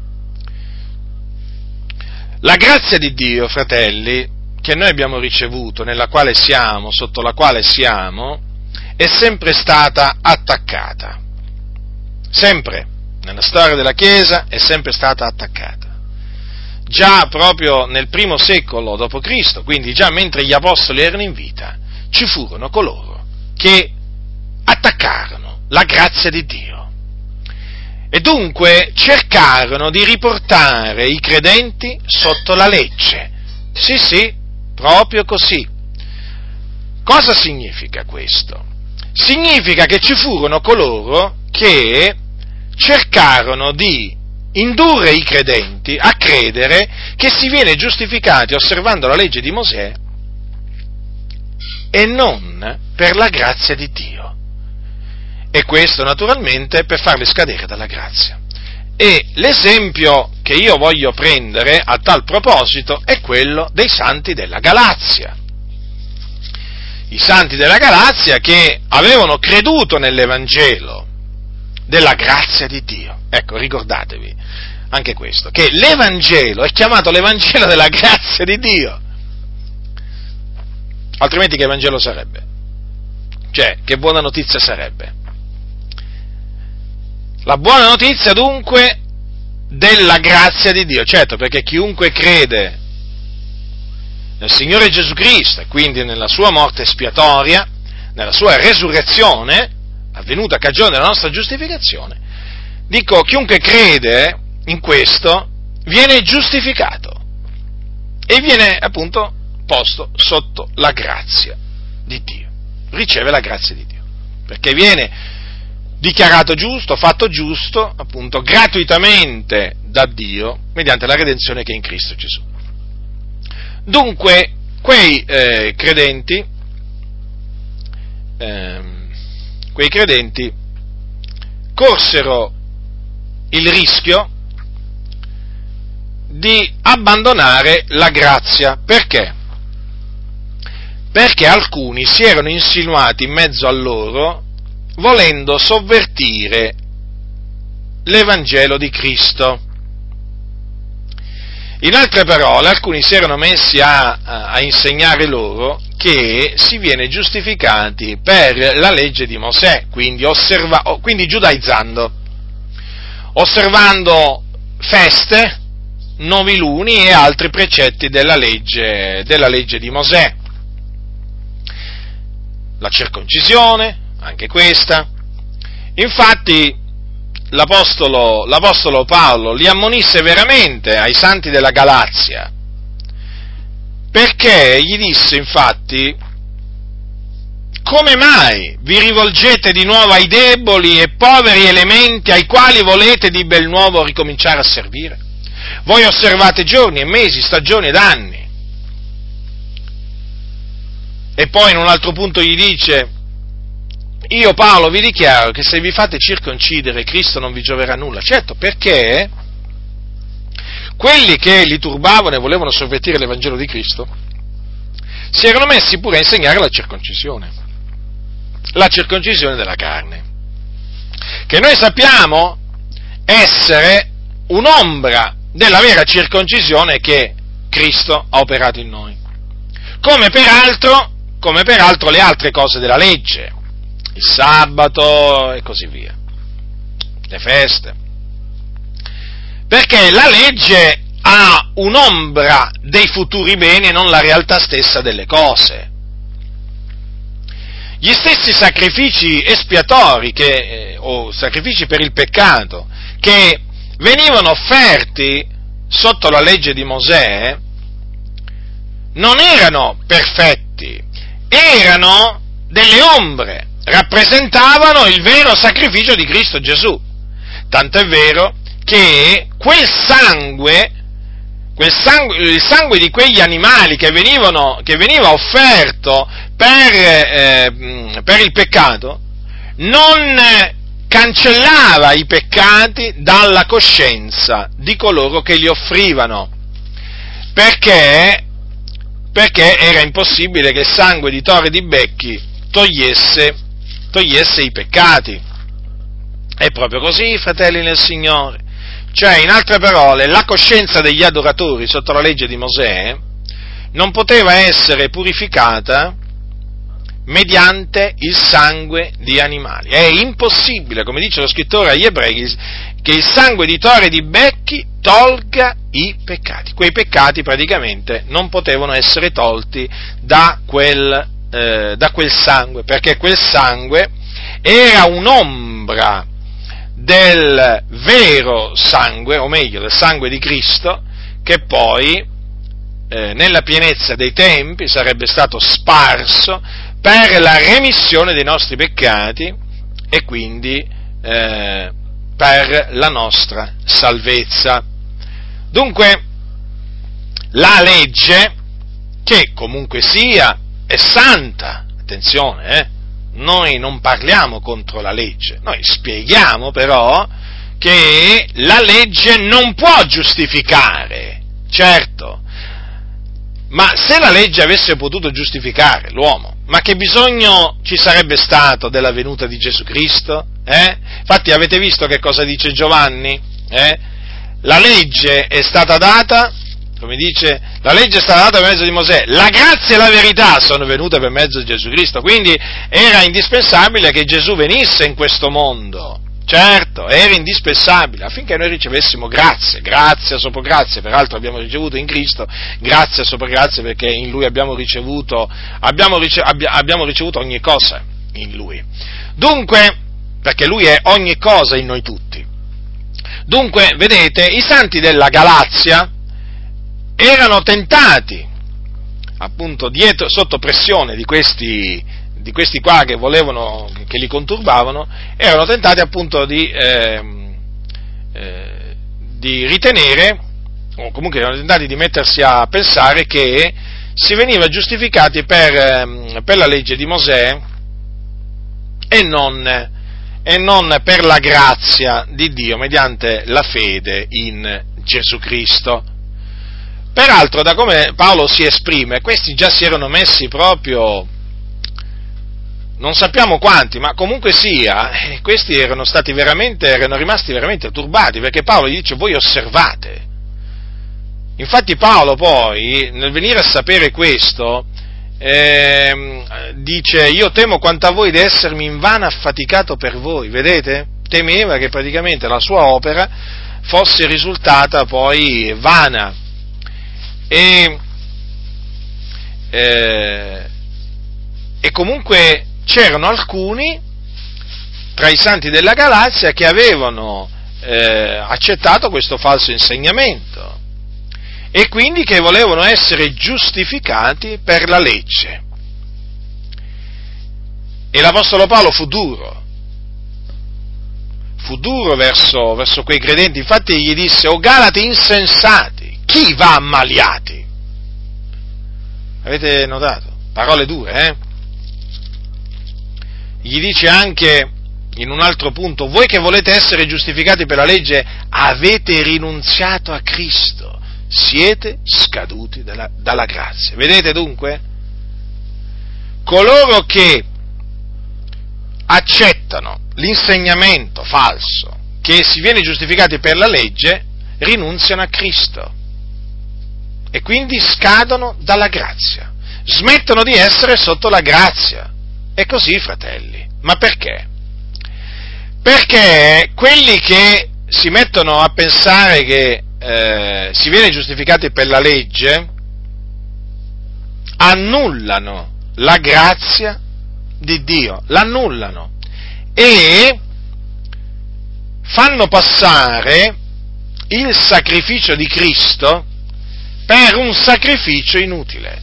Speaker 1: La grazia di Dio, fratelli, che noi abbiamo ricevuto, nella quale siamo, sotto la quale siamo, è sempre stata attaccata. Sempre, nella storia della Chiesa, è sempre stata attaccata. Già proprio nel primo secolo dopo Cristo, quindi già mentre gli apostoli erano in vita, ci furono coloro che attaccarono la grazia di Dio. E dunque cercarono di riportare i credenti sotto la legge. Sì, sì, proprio così. Cosa significa questo? Significa che ci furono coloro che cercarono di indurre i credenti a credere che si viene giustificati osservando la legge di Mosè e non per la grazia di Dio. E questo naturalmente per farli scadere dalla grazia. E l'esempio che io voglio prendere a tal proposito è quello dei santi della Galazia. I santi della Galazia che avevano creduto nell'Evangelo della grazia di Dio. Ecco, ricordatevi anche questo, che l'Evangelo è chiamato l'Evangelo della grazia di Dio. Altrimenti che Evangelo sarebbe? Cioè, che buona notizia sarebbe? La buona notizia dunque della grazia di Dio, certo, perché chiunque crede nel Signore Gesù Cristo e quindi nella sua morte espiatoria, nella sua resurrezione, avvenuta a cagione della nostra giustificazione, dico, chiunque crede in questo viene giustificato e viene appunto posto sotto la grazia di Dio, riceve la grazia di Dio, perché viene dichiarato giusto, fatto giusto, appunto, gratuitamente da Dio, mediante la redenzione che è in Cristo Gesù. Dunque, quei eh, credenti, eh, quei credenti corsero il rischio di abbandonare la grazia. Perché? Perché alcuni si erano insinuati in mezzo a loro volendo sovvertire l'Evangelo di Cristo. In altre parole, alcuni si erano messi a, a insegnare loro che si viene giustificati per la legge di Mosè, quindi, osserva, quindi giudaizzando, osservando feste, noviluni e altri precetti della legge, della legge di Mosè. La circoncisione, anche questa. Infatti l'apostolo, l'apostolo Paolo li ammonisse veramente ai santi della Galazia, perché gli disse infatti: come mai vi rivolgete di nuovo ai deboli e poveri elementi ai quali volete di bel nuovo ricominciare a servire? Voi osservate giorni e mesi, stagioni ed anni. E poi in un altro punto gli dice: io Paolo vi dichiaro che se vi fate circoncidere Cristo non vi gioverà nulla. Certo, perché quelli che li turbavano e volevano sovvertire l'Evangelo di Cristo si erano messi pure a insegnare la circoncisione, la circoncisione della carne, che noi sappiamo essere un'ombra della vera circoncisione che Cristo ha operato in noi, come peraltro, come peraltro le altre cose della legge, il sabato e così via, le feste, perché la legge ha un'ombra dei futuri beni e non la realtà stessa delle cose. Gli stessi sacrifici espiatori che, eh, o sacrifici per il peccato che venivano offerti sotto la legge di Mosè non erano perfetti, erano delle ombre, rappresentavano il vero sacrificio di Cristo Gesù. Tanto è vero che quel sangue, quel sangue, il sangue di quegli animali che venivano, che veniva offerto per, eh, per il peccato, non cancellava i peccati dalla coscienza di coloro che li offrivano, perché, perché era impossibile che il sangue di tori e di becchi togliesse, togliesse i peccati. È proprio così, fratelli nel Signore. Cioè, in altre parole, la coscienza degli adoratori sotto la legge di Mosè non poteva essere purificata mediante il sangue di animali. È impossibile, come dice lo scrittore agli Ebrei, che il sangue di tori e di becchi tolga i peccati. Quei peccati praticamente non potevano essere tolti da quel, eh, da quel sangue, perché quel sangue era un'ombra del vero sangue, o meglio, del sangue di Cristo, che poi eh, nella pienezza dei tempi sarebbe stato sparso per la remissione dei nostri peccati e quindi eh, per la nostra salvezza. Dunque, la legge, che comunque sia, è santa, attenzione, eh, noi non parliamo contro la legge, noi spieghiamo però che la legge non può giustificare, certo, ma se la legge avesse potuto giustificare l'uomo, ma che bisogno ci sarebbe stato della venuta di Gesù Cristo? Eh? Infatti avete visto che cosa dice Giovanni? Eh? La legge è stata data, come dice, la legge è stata data per mezzo di Mosè, la grazia e la verità sono venute per mezzo di Gesù Cristo, quindi era indispensabile che Gesù venisse in questo mondo, certo, era indispensabile affinché noi ricevessimo grazie, grazia sopra grazia, peraltro abbiamo ricevuto in Cristo grazia sopra grazia perché in Lui abbiamo ricevuto, abbiamo, rice- abbia- abbiamo ricevuto ogni cosa in Lui. Dunque, perché Lui è ogni cosa in noi tutti. Dunque, vedete, i santi della Galazia erano tentati, appunto, dietro, sotto pressione di questi, di questi qua che volevano, che li conturbavano, erano tentati appunto di, eh, eh, di ritenere, o comunque erano tentati di mettersi a pensare che si veniva giustificati per, eh, per la legge di Mosè e non, e non per la grazia di Dio mediante la fede in Gesù Cristo. Peraltro, da come Paolo si esprime, questi già si erano messi proprio, non sappiamo quanti, ma comunque sia, eh, questi erano stati veramente, erano rimasti veramente turbati, perché Paolo gli dice: voi osservate. Infatti Paolo poi, nel venire a sapere questo, eh, dice: io temo quanto a voi di essermi invano affaticato per voi, vedete? Temeva che praticamente la sua opera fosse risultata poi vana. E, eh, e comunque c'erano alcuni tra i santi della Galazia che avevano eh, accettato questo falso insegnamento e quindi che volevano essere giustificati per la legge. E l'Apostolo Paolo fu duro, fu duro verso, verso quei credenti, infatti gli disse: o Galati insensati, chi va ammaliati? Avete notato? Parole dure, eh? Gli dice anche in un altro punto: voi che volete essere giustificati per la legge avete rinunziato a Cristo, siete scaduti dalla, dalla grazia. Vedete dunque? Coloro che accettano l'insegnamento falso che si viene giustificati per la legge rinunziano a Cristo e quindi scadono dalla grazia, smettono di essere sotto la grazia. È così, fratelli. Ma perché? Perché quelli che si mettono a pensare che eh, si viene giustificati per la legge annullano la grazia di Dio, l'annullano e fanno passare il sacrificio di Cristo per un sacrificio inutile.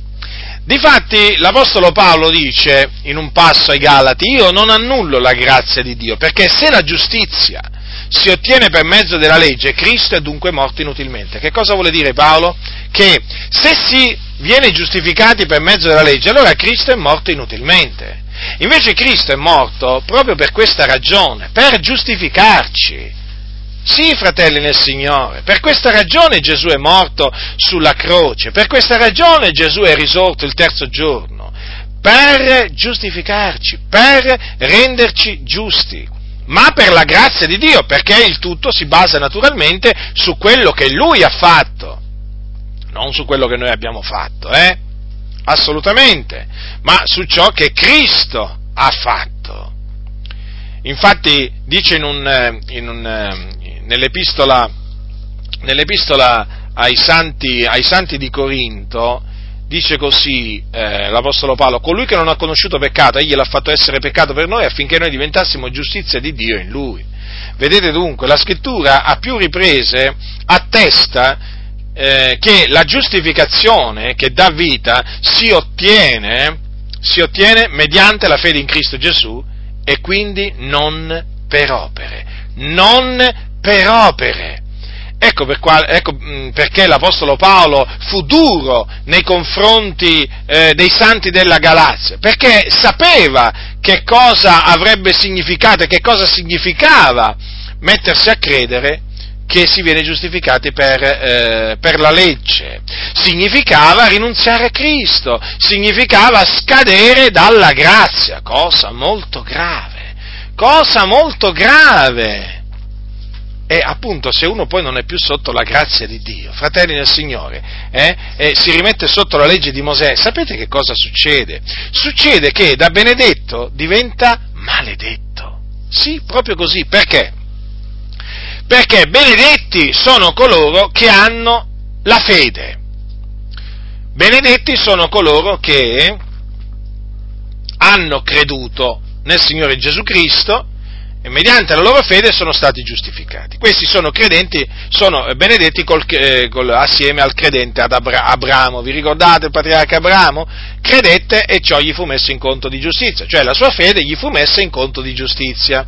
Speaker 1: Difatti l'Apostolo Paolo dice in un passo ai Galati: io non annullo la grazia di Dio, perché se la giustizia si ottiene per mezzo della legge, Cristo è dunque morto inutilmente. Che cosa vuole dire Paolo? Che se si viene giustificati per mezzo della legge, allora Cristo è morto inutilmente. Invece Cristo è morto proprio per questa ragione, per giustificarci. Sì, fratelli nel Signore, per questa ragione Gesù è morto sulla croce, per questa ragione Gesù è risorto il terzo giorno, per giustificarci, per renderci giusti, ma per la grazia di Dio, perché il tutto si basa naturalmente su quello che Lui ha fatto, non su quello che noi abbiamo fatto, eh? Assolutamente, ma su ciò che Cristo ha fatto. Infatti dice in un, in un Nell'epistola, nell'epistola ai santi, ai santi di Corinto, dice così eh, l'Apostolo Paolo: colui che non ha conosciuto peccato, egli l'ha fatto essere peccato per noi affinché noi diventassimo giustizia di Dio in lui. Vedete dunque, la Scrittura a più riprese attesta eh, che la giustificazione che dà vita si ottiene, si ottiene mediante la fede in Cristo Gesù e quindi non per opere, non per opere. Ecco, per qual, ecco perché l'Apostolo Paolo fu duro nei confronti eh, dei santi della Galazia, perché sapeva che cosa avrebbe significato e che cosa significava mettersi a credere che si viene giustificati per, eh, per la legge. Significava rinunziare a Cristo, significava scadere dalla grazia, cosa molto grave, cosa molto grave. E appunto, se uno poi non è più sotto la grazia di Dio, fratelli nel Signore, eh, e si rimette sotto la legge di Mosè, sapete che cosa succede? Succede che da benedetto diventa maledetto. Sì, proprio così. Perché? Perché benedetti sono coloro che hanno la fede. Benedetti sono coloro che hanno creduto nel Signore Gesù Cristo e mediante la loro fede sono stati giustificati. Questi sono credenti, sono benedetti col, eh, col, assieme al credente ad Abra, Abramo. Vi ricordate il patriarca Abramo? Credette e ciò gli fu messo in conto di giustizia, cioè la sua fede gli fu messa in conto di giustizia.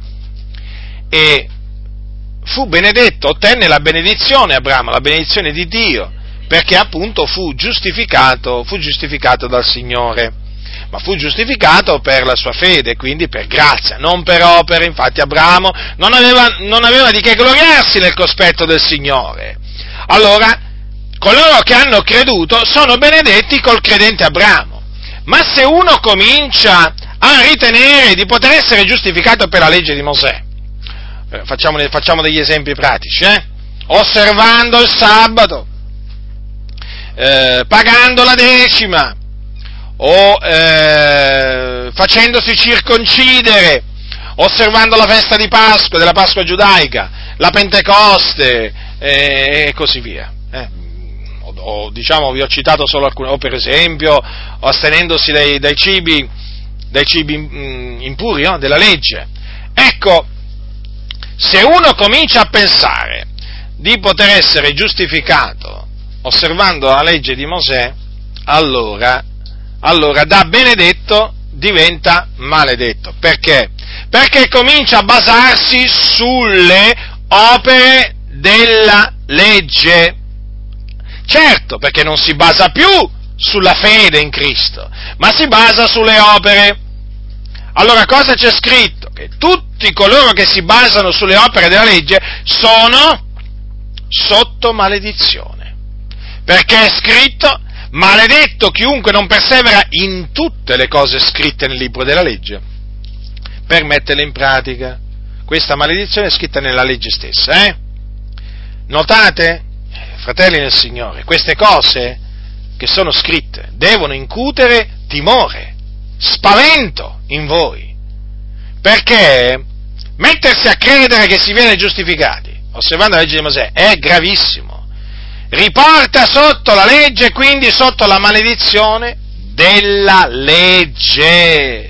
Speaker 1: E fu benedetto, ottenne la benedizione Abramo, la benedizione di Dio, perché appunto fu giustificato, fu giustificato dal Signore. Ma fu giustificato per la sua fede, quindi per grazia, non per opere. Infatti Abramo non aveva, non aveva di che gloriarsi nel cospetto del Signore. Allora, coloro che hanno creduto sono benedetti col credente Abramo. Ma se uno comincia a ritenere di poter essere giustificato per la legge di Mosè, eh, facciamo, facciamo degli esempi pratici, eh? osservando il sabato, eh, pagando la decima, o eh, facendosi circoncidere, osservando la festa di Pasqua, della Pasqua giudaica, la Pentecoste eh, e così via. Eh. O, o diciamo, vi ho citato solo alcune, o per esempio, astenendosi dai, dai cibi, dai cibi impuri, no? della legge. Ecco, se uno comincia a pensare di poter essere giustificato osservando la legge di Mosè, allora allora da benedetto diventa maledetto. Perché? Perché comincia a basarsi sulle opere della legge. Certo, perché non si basa più sulla fede in Cristo, ma si basa sulle opere. Allora cosa c'è scritto? Che tutti coloro che si basano sulle opere della legge sono sotto maledizione. Perché è scritto: maledetto chiunque non persevera in tutte le cose scritte nel libro della legge per metterle in pratica. Questa maledizione è scritta nella legge stessa, eh? Notate, fratelli nel Signore, queste cose che sono scritte devono incutere timore, spavento in voi, perché mettersi a credere che si viene giustificati osservando la legge di Mosè è gravissimo. Riporta sotto la legge, quindi sotto la maledizione della legge.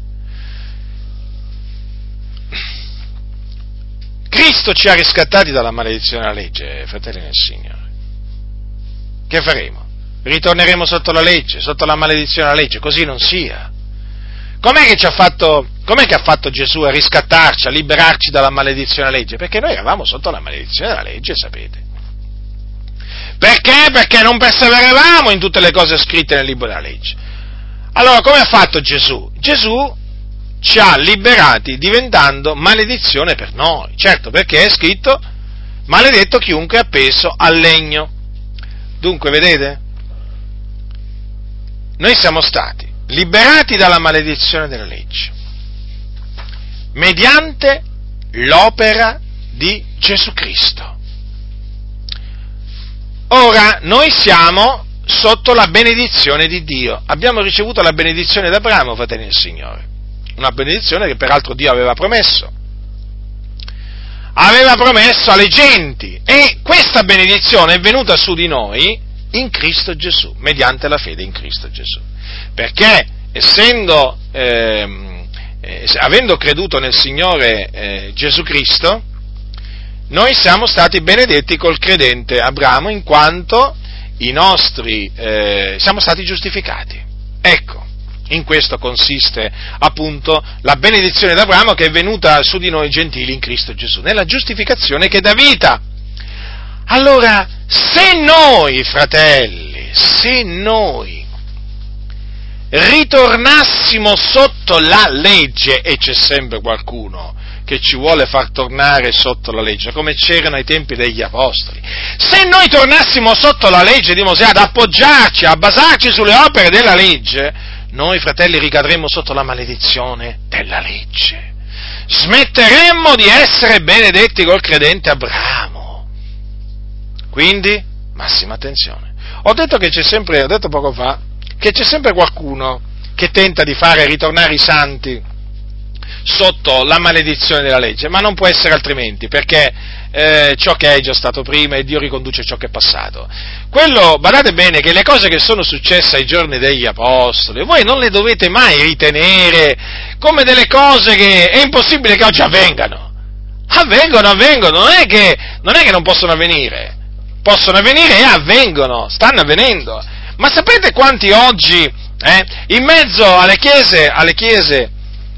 Speaker 1: Cristo ci ha riscattati dalla maledizione della legge, fratelli nel Signore. Che faremo? Ritorneremo sotto la legge, sotto la maledizione della legge? Così non sia. Com'è che ci ha fatto, com'è che ha fatto Gesù a riscattarci, a liberarci dalla maledizione della legge? Perché noi eravamo sotto la maledizione della legge, sapete. Perché? Perché non perseveravamo in tutte le cose scritte nel libro della legge. Allora, come ha fatto Gesù? Gesù ci ha liberati diventando maledizione per noi. Certo, perché è scritto: maledetto chiunque è appeso al legno. Dunque, vedete? Noi siamo stati liberati dalla maledizione della legge mediante l'opera di Gesù Cristo. Ora, noi siamo sotto la benedizione di Dio. Abbiamo ricevuto la benedizione d'Abramo, fratelli del Signore. Una benedizione che peraltro Dio aveva promesso. Aveva promesso alle genti. E questa benedizione è venuta su di noi in Cristo Gesù, mediante la fede in Cristo Gesù. Perché, essendo, eh, eh, avendo creduto nel Signore eh, Gesù Cristo, noi siamo stati benedetti col credente Abramo, in quanto i nostri eh, siamo stati giustificati. Ecco, in questo consiste appunto la benedizione d'Abramo che è venuta su di noi gentili in Cristo Gesù, nella giustificazione che dà vita. Allora, se noi, fratelli, se noi ritornassimo sotto la legge, e c'è sempre qualcuno che ci vuole far tornare sotto la legge, come c'erano ai tempi degli Apostoli. Se noi tornassimo sotto la legge di Mosè ad appoggiarci, a basarci sulle opere della legge, noi, fratelli, ricadremo sotto la maledizione della legge. Smetteremmo di essere benedetti col credente Abramo. Quindi, massima attenzione. Ho detto che c'è sempre, ho detto poco fa, che c'è sempre qualcuno che tenta di fare ritornare i santi sotto la maledizione della legge, ma non può essere altrimenti, perché eh, ciò che è già stato prima e Dio riconduce ciò che è passato. Quello, badate bene, che le cose che sono successe ai giorni degli Apostoli, voi non le dovete mai ritenere come delle cose che è impossibile che oggi avvengano. Avvengono, avvengono, non è che non, è che non possono avvenire, possono avvenire e avvengono, stanno avvenendo. Ma sapete quanti oggi, eh, in mezzo alle chiese, alle chiese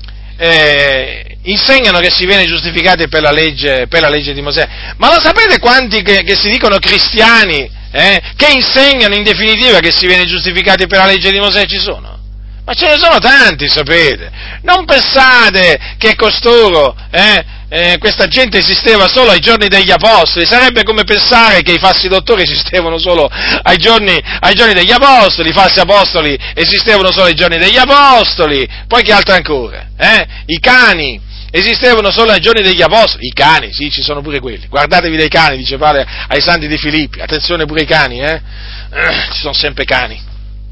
Speaker 1: eh, insegnano che si viene giustificati per la legge, per la legge di Mosè? Ma lo sapete quanti che, che si dicono cristiani, eh, che insegnano in definitiva che si viene giustificati per la legge di Mosè ci sono? Ma ce ne sono tanti, sapete. Non pensate che costoro, eh, eh, questa gente esisteva solo ai giorni degli Apostoli. Sarebbe come pensare che i falsi dottori esistevano solo ai giorni, ai giorni degli Apostoli, i falsi apostoli esistevano solo ai giorni degli Apostoli. Poi che altro ancora? Eh? I cani esistevano solo ai giorni degli Apostoli. I cani, sì, ci sono pure quelli. Guardatevi dei cani, dice Paolo ai santi di Filippi. Attenzione pure ai cani, eh? eh ci sono sempre cani.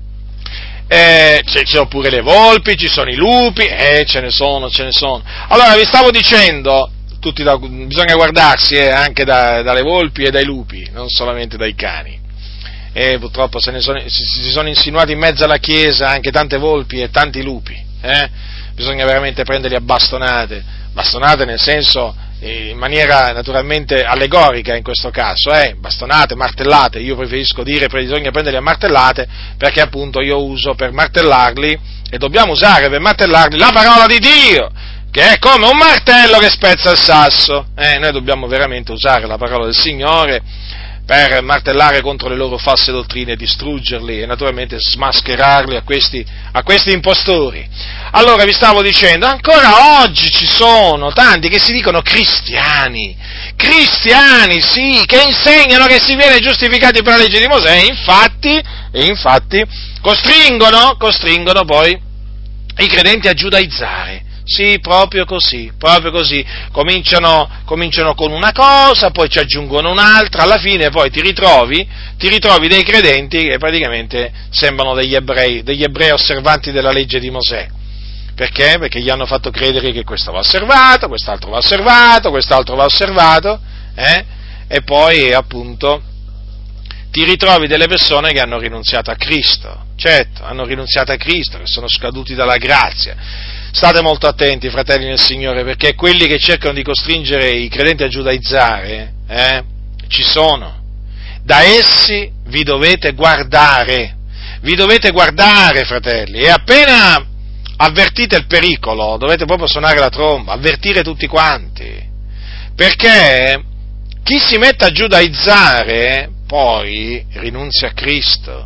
Speaker 1: Eh, ci sono pure le volpi, ci sono i lupi, eh, ce ne sono, ce ne sono. Allora, vi stavo dicendo, tutti da, bisogna guardarsi eh, anche da, dalle volpi e dai lupi, non solamente dai cani. E purtroppo se ne sono, si, si sono insinuati in mezzo alla Chiesa anche tante volpi e tanti lupi, eh? Bisogna veramente prenderli a bastonate, bastonate nel senso, in maniera naturalmente allegorica in questo caso, eh? Bastonate, martellate, io preferisco dire bisogna prenderli a martellate, perché appunto io uso per martellarli, e dobbiamo usare per martellarli la parola di Dio, che è come un martello che spezza il sasso, eh? Noi dobbiamo veramente usare la parola del Signore per martellare contro le loro false dottrine, distruggerli e naturalmente smascherarli a questi, a questi impostori. Allora vi stavo dicendo, ancora oggi ci sono tanti che si dicono cristiani, cristiani sì, che insegnano che si viene giustificati per la legge di Mosè, e infatti, e infatti costringono, costringono poi i credenti a giudaizzare. Sì, proprio così, proprio così, cominciano, cominciano con una cosa, poi ci aggiungono un'altra, alla fine poi ti ritrovi, ti ritrovi dei credenti che praticamente sembrano degli ebrei, degli ebrei osservanti della legge di Mosè. Perché? Perché gli hanno fatto credere che questo va osservato, quest'altro va osservato, quest'altro va osservato, eh? E poi appunto ti ritrovi delle persone che hanno rinunziato a Cristo, certo, hanno rinunziato a Cristo, che sono scaduti dalla grazia. State molto attenti, fratelli nel Signore, perché quelli che cercano di costringere i credenti a giudaizzare, eh, ci sono. Da essi vi dovete guardare, vi dovete guardare, fratelli, e appena avvertite il pericolo, dovete proprio suonare la tromba, avvertire tutti quanti, perché chi si mette a giudaizzare poi rinunzia a Cristo,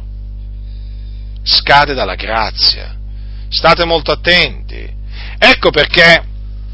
Speaker 1: scade dalla grazia. State molto attenti. Ecco perché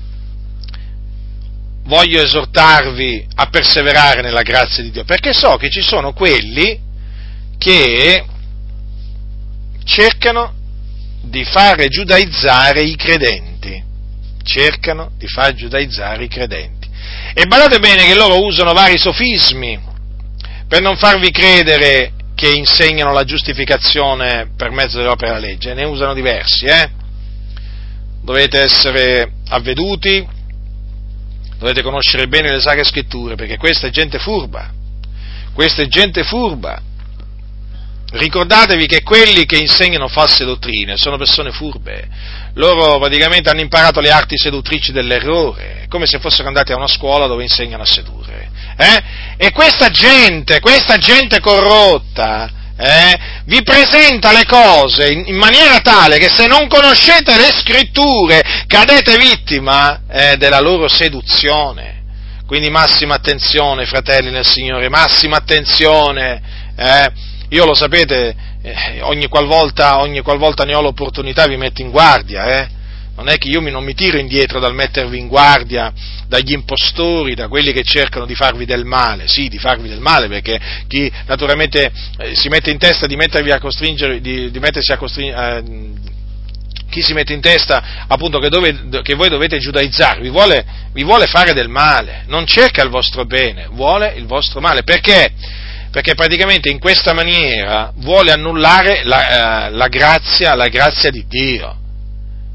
Speaker 1: voglio esortarvi a perseverare nella grazia di Dio, perché so che ci sono quelli che cercano di fare giudaizzare i credenti, cercano di far giudaizzare i credenti. E badate bene che loro usano vari sofismi per non farvi credere che insegnano la giustificazione per mezzo dell'opera della legge, ne usano diversi, eh? Dovete essere avveduti, dovete conoscere bene le Sacre Scritture, perché questa è gente furba, questa è gente furba. Ricordatevi che quelli che insegnano false dottrine sono persone furbe, loro praticamente hanno imparato le arti seduttrici dell'errore, come se fossero andati a una scuola dove insegnano a sedurre, eh? E questa gente, questa gente corrotta, eh, vi presenta le cose in, in maniera tale che se non conoscete le Scritture cadete vittima eh, della loro seduzione. Quindi massima attenzione, fratelli nel Signore, massima attenzione, eh? Io lo sapete, eh, ogni qualvolta, ogni qualvolta ne ho l'opportunità vi metto in guardia, eh? Non è che io mi, non mi tiro indietro dal mettervi in guardia dagli impostori, da quelli che cercano di farvi del male, sì, di farvi del male, perché chi naturalmente eh, si mette in testa di mettervi a costringere, di, di mettersi a costringere, eh, chi si mette in testa appunto che, dove, che voi dovete giudaizzare, vi vuole, vi vuole fare del male, non cerca il vostro bene, vuole il vostro male, perché? Perché praticamente in questa maniera vuole annullare la, eh, la grazia, la grazia di Dio.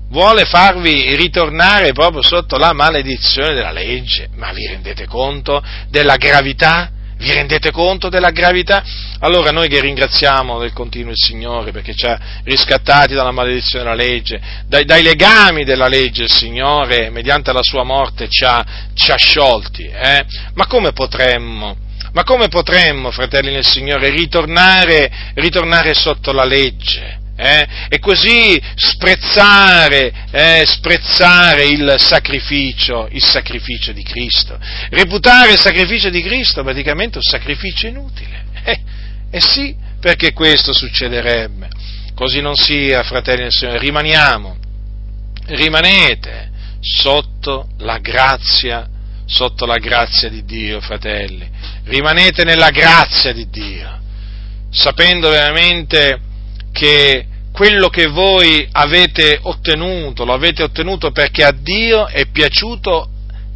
Speaker 1: vuole farvi ritornare proprio sotto la maledizione della legge. Ma vi rendete conto della gravità? Vi rendete conto della gravità? Allora noi che ringraziamo del continuo il Signore perché ci ha riscattati dalla maledizione della legge, dai, dai legami della legge il Signore, mediante la sua morte, ci ha, ci ha sciolti, eh? Ma come potremmo, ma come potremmo, fratelli nel Signore, ritornare, ritornare sotto la legge? Eh? E così sprezzare, eh, sprezzare il sacrificio, il sacrificio di Cristo, reputare il sacrificio di Cristo praticamente un sacrificio inutile. Eh, eh sì, perché questo succederebbe. Così non sia, fratelli del Signore, rimaniamo, rimanete sotto la grazia, sotto la grazia di Dio, fratelli, rimanete nella grazia di Dio, sapendo veramente che quello che voi avete ottenuto, lo avete ottenuto perché a Dio è piaciuto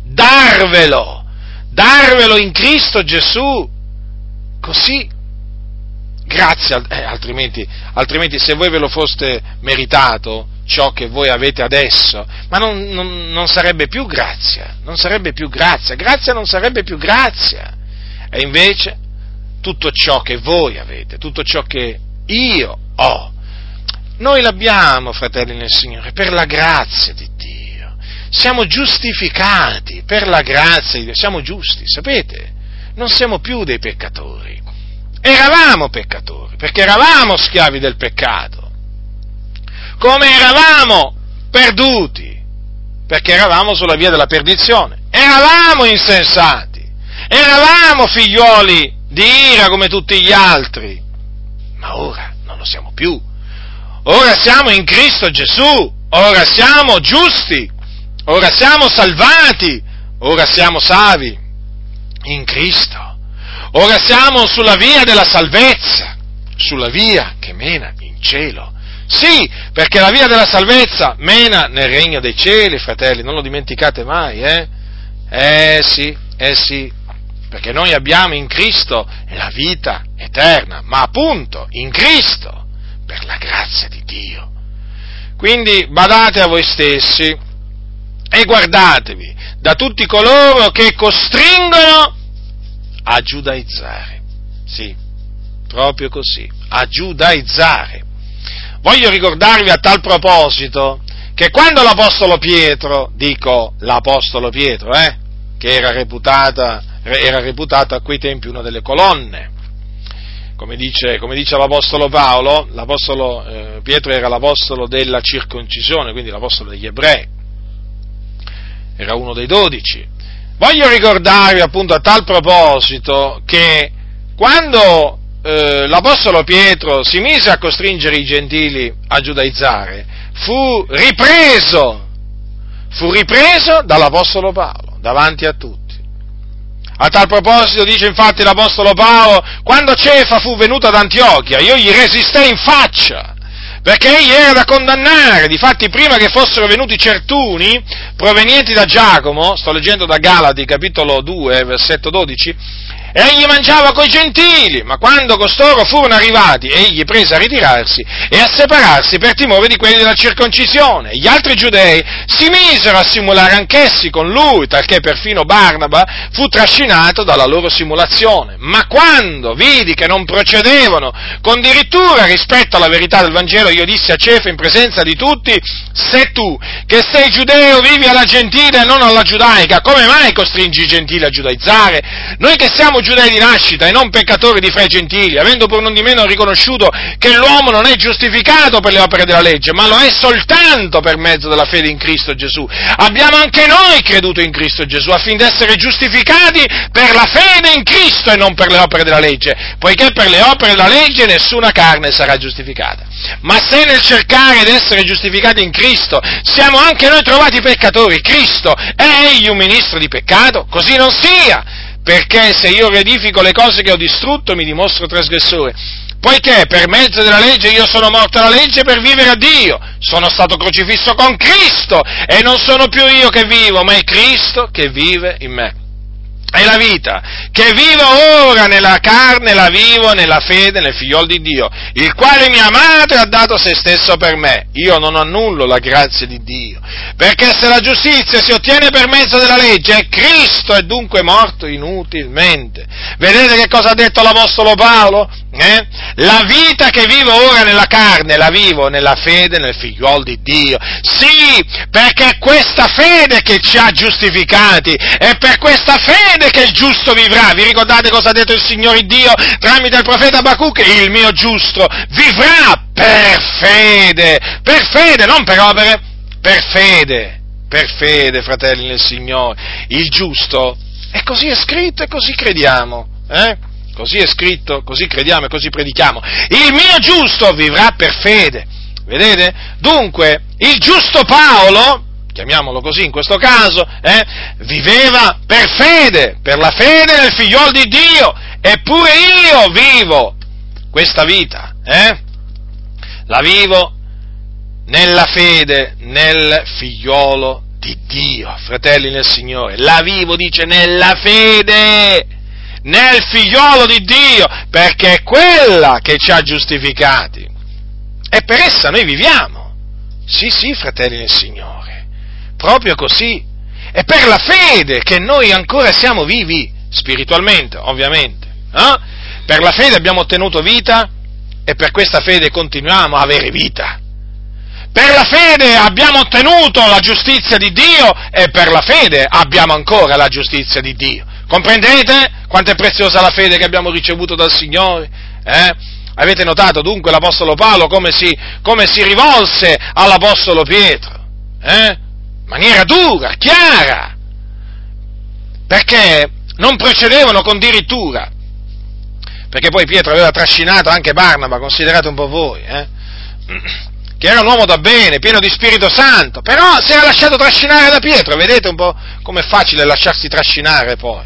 Speaker 1: darvelo, darvelo in Cristo Gesù, così, grazie, eh, altrimenti, altrimenti se voi ve lo foste meritato, ciò che voi avete adesso, ma non, non, non sarebbe più grazia, non sarebbe più grazia, grazia non sarebbe più grazia, e invece tutto ciò che voi avete, tutto ciò che io ho, noi l'abbiamo, fratelli nel Signore, per la grazia di Dio, siamo giustificati per la grazia di Dio, siamo giusti, sapete, non siamo più dei peccatori, eravamo peccatori, perché eravamo schiavi del peccato, come eravamo perduti, perché eravamo sulla via della perdizione, eravamo insensati, eravamo figlioli di ira come tutti gli altri, ma ora non lo siamo più, ora siamo in Cristo Gesù, ora siamo giusti, ora siamo salvati, ora siamo savi in Cristo, ora siamo sulla via della salvezza, sulla via che mena in cielo. Sì, perché la via della salvezza mena nel regno dei cieli, fratelli, non lo dimenticate mai, eh? Eh sì, eh sì, perché noi abbiamo in Cristo la vita eterna, ma appunto in Cristo, per la grazia di Dio. Quindi badate a voi stessi e guardatevi da tutti coloro che costringono a giudaizzare. Sì, proprio così, a giudaizzare. Voglio ricordarvi a tal proposito che quando l'Apostolo Pietro, dico l'Apostolo Pietro, eh, che era reputata, era reputato a quei tempi una delle colonne, come dice, come dice l'Apostolo Paolo, l'Apostolo eh, Pietro era l'Apostolo della circoncisione, quindi l'Apostolo degli ebrei, era uno dei dodici. Voglio ricordarvi appunto a tal proposito che quando eh, l'Apostolo Pietro si mise a costringere i gentili a giudaizzare, fu ripreso, fu ripreso dall'Apostolo Paolo, davanti a tutti. A tal proposito dice infatti l'Apostolo Paolo, quando Cefa fu venuto ad Antiochia, io gli resistei in faccia, perché egli era da condannare. Difatti prima che fossero venuti certuni, provenienti da Giacomo, sto leggendo da Galati, capitolo due, versetto dodici, egli mangiava coi gentili, ma quando costoro furono arrivati, egli prese a ritirarsi e a separarsi per timore di quelli della circoncisione. Gli altri giudei si misero a simulare anch'essi con lui, talché perfino Barnaba fu trascinato dalla loro simulazione. Ma quando vidi che non procedevano con dirittura rispetto alla verità del Vangelo, io dissi a Cefa in presenza di tutti, se tu, che sei giudeo, vivi alla gentile e non alla giudaica, come mai costringi i gentili a giudaizzare? Noi che siamo giudei di nascita e non peccatori di fra i gentili, avendo pur non di meno riconosciuto che l'uomo non è giustificato per le opere della legge, ma lo è soltanto per mezzo della fede in Cristo Gesù. Abbiamo anche noi creduto in Cristo Gesù, affinché essere giustificati per la fede in Cristo e non per le opere della legge, poiché per le opere della legge nessuna carne sarà giustificata. Ma se nel cercare di essere giustificati in Cristo siamo anche noi trovati peccatori, Cristo è egli un ministro di peccato? Così non sia! Perché se io riedifico le cose che ho distrutto mi dimostro trasgressore, poiché per mezzo della legge io sono morto alla legge per vivere a Dio, sono stato crocifisso con Cristo e non sono più io che vivo, ma è Cristo che vive in me. è la vita, che vivo ora nella carne, la vivo nella fede nel Figliolo di Dio, il quale mi ha amato e ha dato se stesso per me. Io non annullo la grazia di Dio, perché se la giustizia si ottiene per mezzo della legge, Cristo è dunque morto inutilmente. Vedete che cosa ha detto l'Apostolo Paolo? Eh? La vita che vivo ora nella carne, la vivo nella fede nel Figliolo di Dio. Sì, perché è questa fede che ci ha giustificati, è per questa fede che il giusto vivrà. Vi ricordate cosa ha detto il Signore Dio tramite il profeta Abacuc? Il mio giusto vivrà per fede, per fede, non per opere, per fede, per fede, fratelli nel Signore. Il giusto, e così è scritto e così crediamo, eh? Così è scritto, così crediamo e così predichiamo. Il mio giusto vivrà per fede. Vedete? Dunque, il giusto Paolo, chiamiamolo così in questo caso, eh, viveva per fede, per la fede nel Figliolo di Dio, eppure io vivo questa vita, eh? La vivo nella fede nel Figliolo di Dio, fratelli nel Signore, la vivo, dice, nella fede nel Figliolo di Dio, perché è quella che ci ha giustificati, e per essa noi viviamo. Sì, sì, fratelli nel Signore, proprio così. È per la fede che noi ancora siamo vivi, spiritualmente, ovviamente. Eh? Per la fede abbiamo ottenuto vita e per questa fede continuiamo a avere vita. Per la fede abbiamo ottenuto la giustizia di Dio e per la fede abbiamo ancora la giustizia di Dio. Comprendete quanto è preziosa la fede che abbiamo ricevuto dal Signore? Eh? Avete notato dunque l'Apostolo Paolo come si, come si rivolse all'Apostolo Pietro? Eh? In maniera dura, chiara, perché non procedevano con dirittura, perché poi Pietro aveva trascinato anche Barnaba, considerate un po' voi, eh? che era un uomo da bene, pieno di Spirito Santo, però si era lasciato trascinare da Pietro. Vedete un po' com'è facile lasciarsi trascinare poi.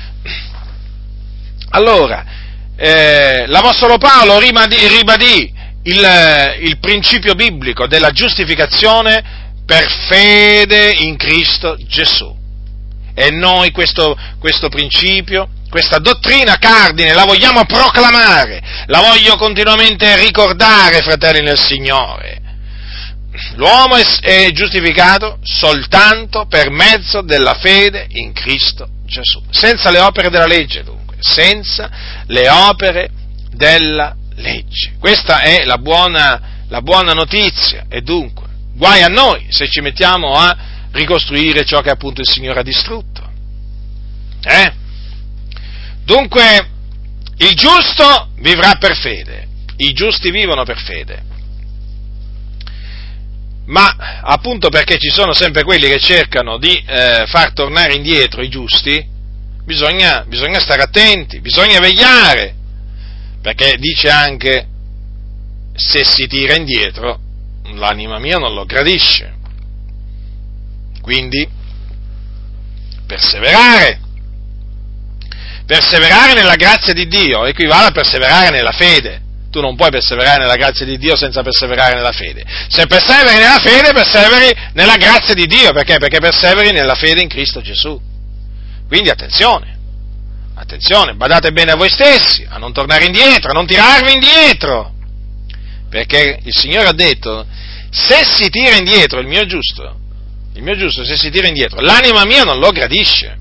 Speaker 1: Allora, eh, l'Apostolo Paolo ribadì, ribadì il, il principio biblico della giustificazione per fede in Cristo Gesù. E noi questo, questo principio, questa dottrina cardine la vogliamo proclamare, la voglio continuamente ricordare, fratelli nel Signore. L'uomo è, è giustificato soltanto per mezzo della fede in Cristo Gesù, senza le opere della legge dunque, senza le opere della legge. Questa è la buona, la buona notizia, e dunque guai a noi se ci mettiamo a ricostruire ciò che appunto il Signore ha distrutto. Eh? Dunque, il giusto vivrà per fede, i giusti vivono per fede, ma appunto perché ci sono sempre quelli che cercano di eh, far tornare indietro i giusti, bisogna, bisogna stare attenti, bisogna vegliare, perché dice anche, se si tira indietro, l'anima mia non lo gradisce. Quindi, perseverare, perseverare nella grazia di Dio equivale a perseverare nella fede. Tu non puoi perseverare nella grazia di Dio senza perseverare nella fede. Se perseveri nella fede, perseveri nella grazia di Dio, perché? Perché perseveri nella fede in Cristo Gesù. Quindi attenzione, attenzione, badate bene a voi stessi, a non tornare indietro, a non tirarvi indietro, perché il Signore ha detto, se si tira indietro il mio giusto, il mio giusto se si tira indietro, l'anima mia non lo gradisce.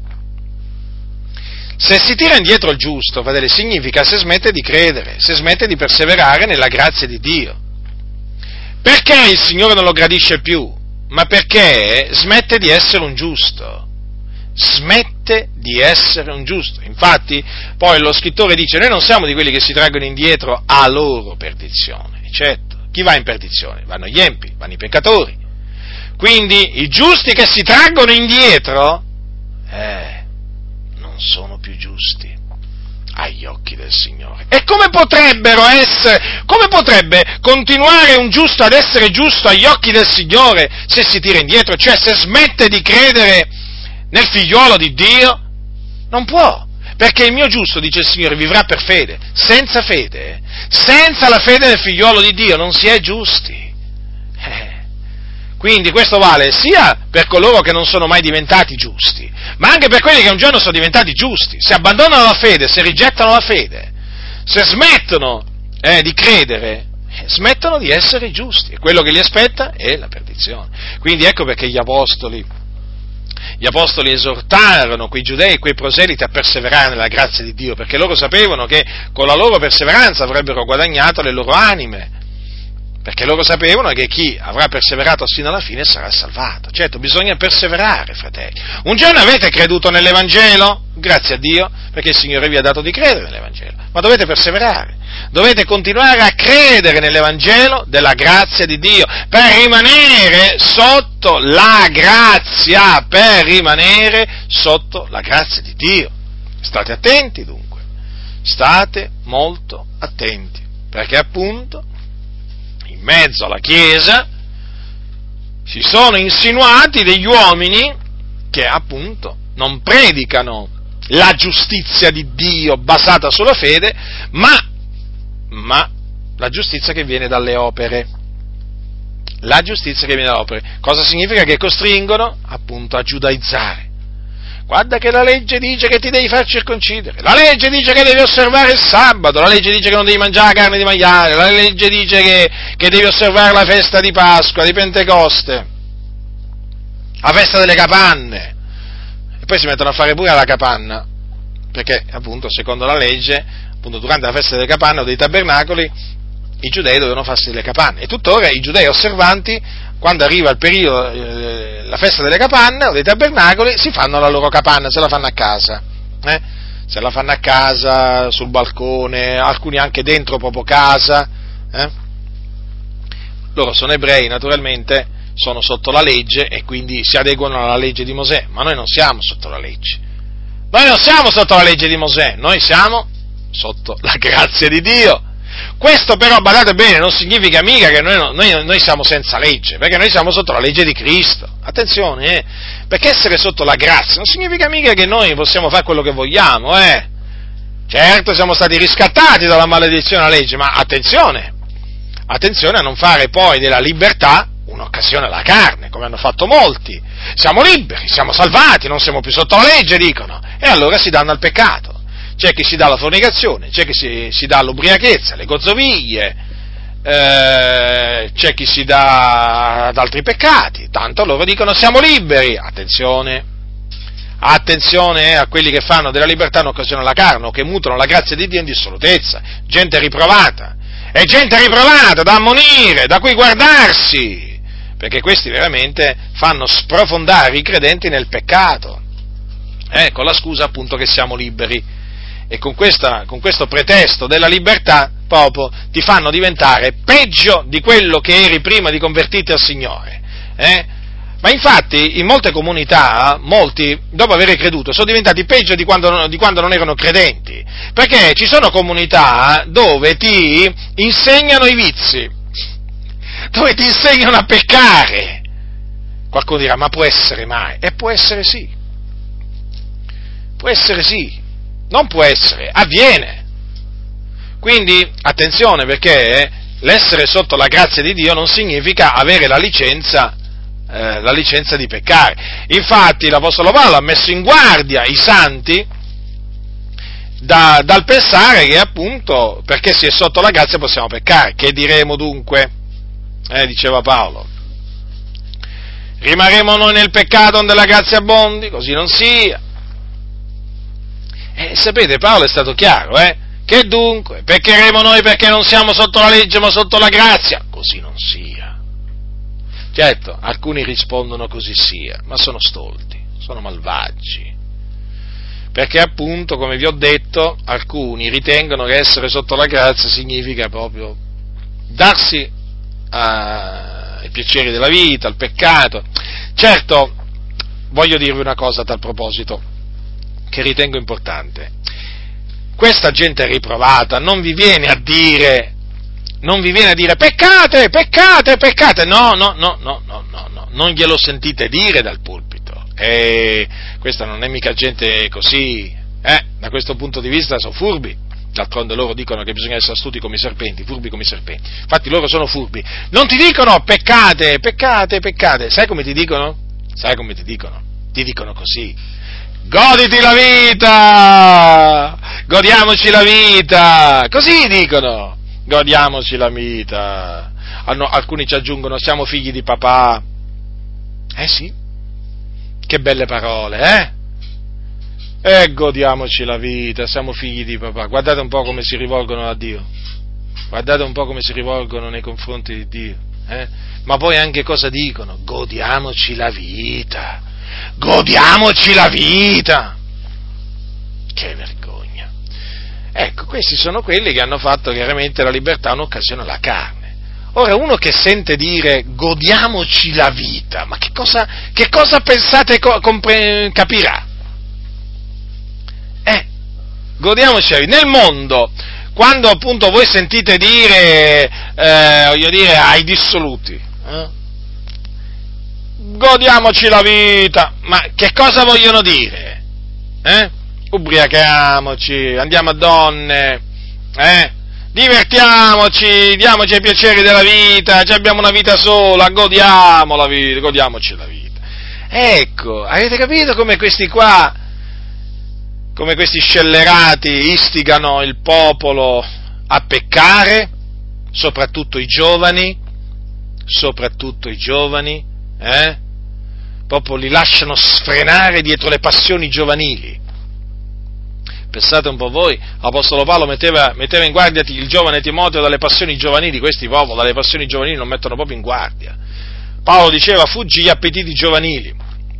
Speaker 1: Se si tira indietro il giusto, fratelli, significa se smette di credere, se smette di perseverare nella grazia di Dio. Perché il Signore non lo gradisce più? Ma perché smette di essere un giusto. Smette di essere un giusto. Infatti, poi lo scrittore dice, noi non siamo di quelli che si traggono indietro a loro perdizione. Certo, chi va in perdizione? Vanno gli empi, vanno i peccatori. Quindi, i giusti che si traggono indietro, eh, non sono più giusti agli occhi del Signore. E come potrebbero essere, come potrebbe continuare un giusto ad essere giusto agli occhi del Signore se si tira indietro, cioè se smette di credere nel figliolo di Dio? Non può, perché il mio giusto, dice il Signore, vivrà per fede. Senza fede, senza la fede nel figliolo di Dio non si è giusti. Eh. Quindi questo vale sia per coloro che non sono mai diventati giusti, ma anche per quelli che un giorno sono diventati giusti. Se abbandonano la fede, se rigettano la fede, se smettono eh, di credere, eh, smettono di essere giusti, e quello che li aspetta è la perdizione. Quindi ecco perché gli apostoli, gli apostoli esortarono quei giudei e quei proseliti a perseverare nella grazia di Dio, perché loro sapevano che con la loro perseveranza avrebbero guadagnato le loro anime, perché loro sapevano che chi avrà perseverato sino alla fine sarà salvato. Certo, bisogna perseverare, fratelli. Un giorno avete creduto nell'Evangelo? Grazie a Dio, perché il Signore vi ha dato di credere nell'Evangelo, ma dovete perseverare, dovete continuare a credere nell'Evangelo della grazia di Dio, per rimanere sotto la grazia, per rimanere sotto la grazia di Dio. State attenti dunque, state molto attenti, perché appunto in mezzo alla Chiesa si sono insinuati degli uomini che appunto non predicano la giustizia di Dio basata sulla fede, ma, ma la giustizia che viene dalle opere. La giustizia che viene dalle opere. Cosa significa? Che costringono appunto a giudaizzare. Guarda che la legge dice che ti devi far circoncidere, la legge dice che devi osservare il sabato, la legge dice che non devi mangiare la carne di maiale, la legge dice che, che devi osservare la festa di Pasqua, di Pentecoste, la festa delle capanne, e poi si mettono a fare pure la capanna, perché appunto secondo la legge, appunto durante la festa delle capanne o dei tabernacoli, i giudei dovevano farsi delle capanne, e tuttora i giudei osservanti, quando arriva il periodo, eh, la festa delle capanne o dei tabernacoli, si fanno la loro capanna, se la fanno a casa, eh? se la fanno a casa, sul balcone, alcuni anche dentro proprio casa, eh? Loro sono ebrei, naturalmente, sono sotto la legge e quindi si adeguano alla legge di Mosè, ma noi non siamo sotto la legge, noi non siamo sotto la legge di Mosè, noi siamo sotto la grazia di Dio. Questo però, badate bene, non significa mica che noi, noi, noi siamo senza legge, perché noi siamo sotto la legge di Cristo. Attenzione, eh, perché essere sotto la grazia non significa mica che noi possiamo fare quello che vogliamo, eh. Certo, siamo stati riscattati dalla maledizione della legge, ma attenzione, attenzione a non fare poi della libertà un'occasione alla carne, come hanno fatto molti. Siamo liberi, siamo salvati, non siamo più sotto la legge, dicono, e allora si danno al peccato. C'è chi si dà alla fornicazione, c'è chi si, si dà all'ubriachezza, alle gozzoviglie, eh, c'è chi si dà ad altri peccati, tanto loro dicono siamo liberi. Attenzione, attenzione a quelli che fanno della libertà un'occasione alla carne, o che mutano la grazia di Dio in dissolutezza, gente riprovata, è gente riprovata, da ammonire, da cui guardarsi, perché questi veramente fanno sprofondare i credenti nel peccato, eh, con la scusa appunto che siamo liberi. E con, questa, con questo pretesto della libertà proprio ti fanno diventare peggio di quello che eri prima di convertirti al Signore. Eh? Ma infatti in molte comunità, molti, dopo aver creduto, sono diventati peggio di quando, di quando non erano credenti, perché ci sono comunità dove ti insegnano i vizi, dove ti insegnano a peccare. Qualcuno dirà, ma può essere mai? E può essere sì, può essere sì. Non può essere, avviene. Quindi, attenzione, perché l'essere sotto la grazia di Dio non significa avere la licenza, eh, la licenza di peccare. Infatti, l'Apostolo Paolo ha messo in guardia i santi da, dal pensare che, appunto, perché si è sotto la grazia possiamo peccare. Che diremo dunque? Eh, diceva Paolo. Rimarremo noi nel peccato onde la grazia abbondi? Così non sia. E sapete, Paolo è stato chiaro, eh? Che dunque, peccheremo noi perché non siamo sotto la legge ma sotto la grazia? Così non sia. Certo, alcuni rispondono così sia, ma sono stolti, sono malvagi. Perché appunto, come vi ho detto, alcuni ritengono che essere sotto la grazia significa proprio darsi a, ai piaceri della vita, al peccato. Certo, voglio dirvi una cosa a tal proposito, che ritengo importante. Questa gente riprovata non vi viene a dire, non vi viene a dire peccate, peccate, peccate, no, no, no, no, no, no, no, non glielo sentite dire dal pulpito, e questa non è mica gente così, eh, da questo punto di vista sono furbi, D'altronde loro dicono che bisogna essere astuti come i serpenti, furbi come i serpenti. Infatti loro sono furbi. Non ti dicono peccate, peccate, peccate. Sai come ti dicono? Sai come ti dicono? Ti dicono così: goditi la vita! Godiamoci la vita! Così dicono! Godiamoci la vita! Alcuni ci aggiungono: siamo figli di papà. Eh sì, che belle parole, eh? E godiamoci la vita, siamo figli di papà. Guardate un po' come si rivolgono a Dio. Guardate un po' come si rivolgono nei confronti di Dio. Eh? Ma poi anche cosa dicono? Godiamoci la vita. Godiamoci la vita. Che vergogna. Ecco, questi sono quelli che hanno fatto chiaramente la libertà un'occasione alla carne. Ora, uno che sente dire godiamoci la vita, ma che cosa, che cosa pensate co- compre- capirà? Eh, godiamoci la vita. Nel mondo, quando appunto voi sentite dire, eh, voglio dire, ai dissoluti, eh, godiamoci la vita, ma che cosa vogliono dire? Eh? Ubriachiamoci, andiamo a donne, eh? Divertiamoci, diamoci ai piaceri della vita, abbiamo una vita sola, godiamo la vita, godiamoci la vita. Ecco, avete capito come questi qua, come questi scellerati istigano il popolo a peccare, soprattutto i giovani, soprattutto i giovani, eh? Proprio li lasciano sfrenare dietro le passioni giovanili. Pensate un po' voi, l'Apostolo Paolo metteva, metteva in guardia il giovane Timoteo dalle passioni giovanili, questi proprio dalle passioni giovanili non mettono proprio in guardia. Paolo diceva: fuggi gli appetiti giovanili,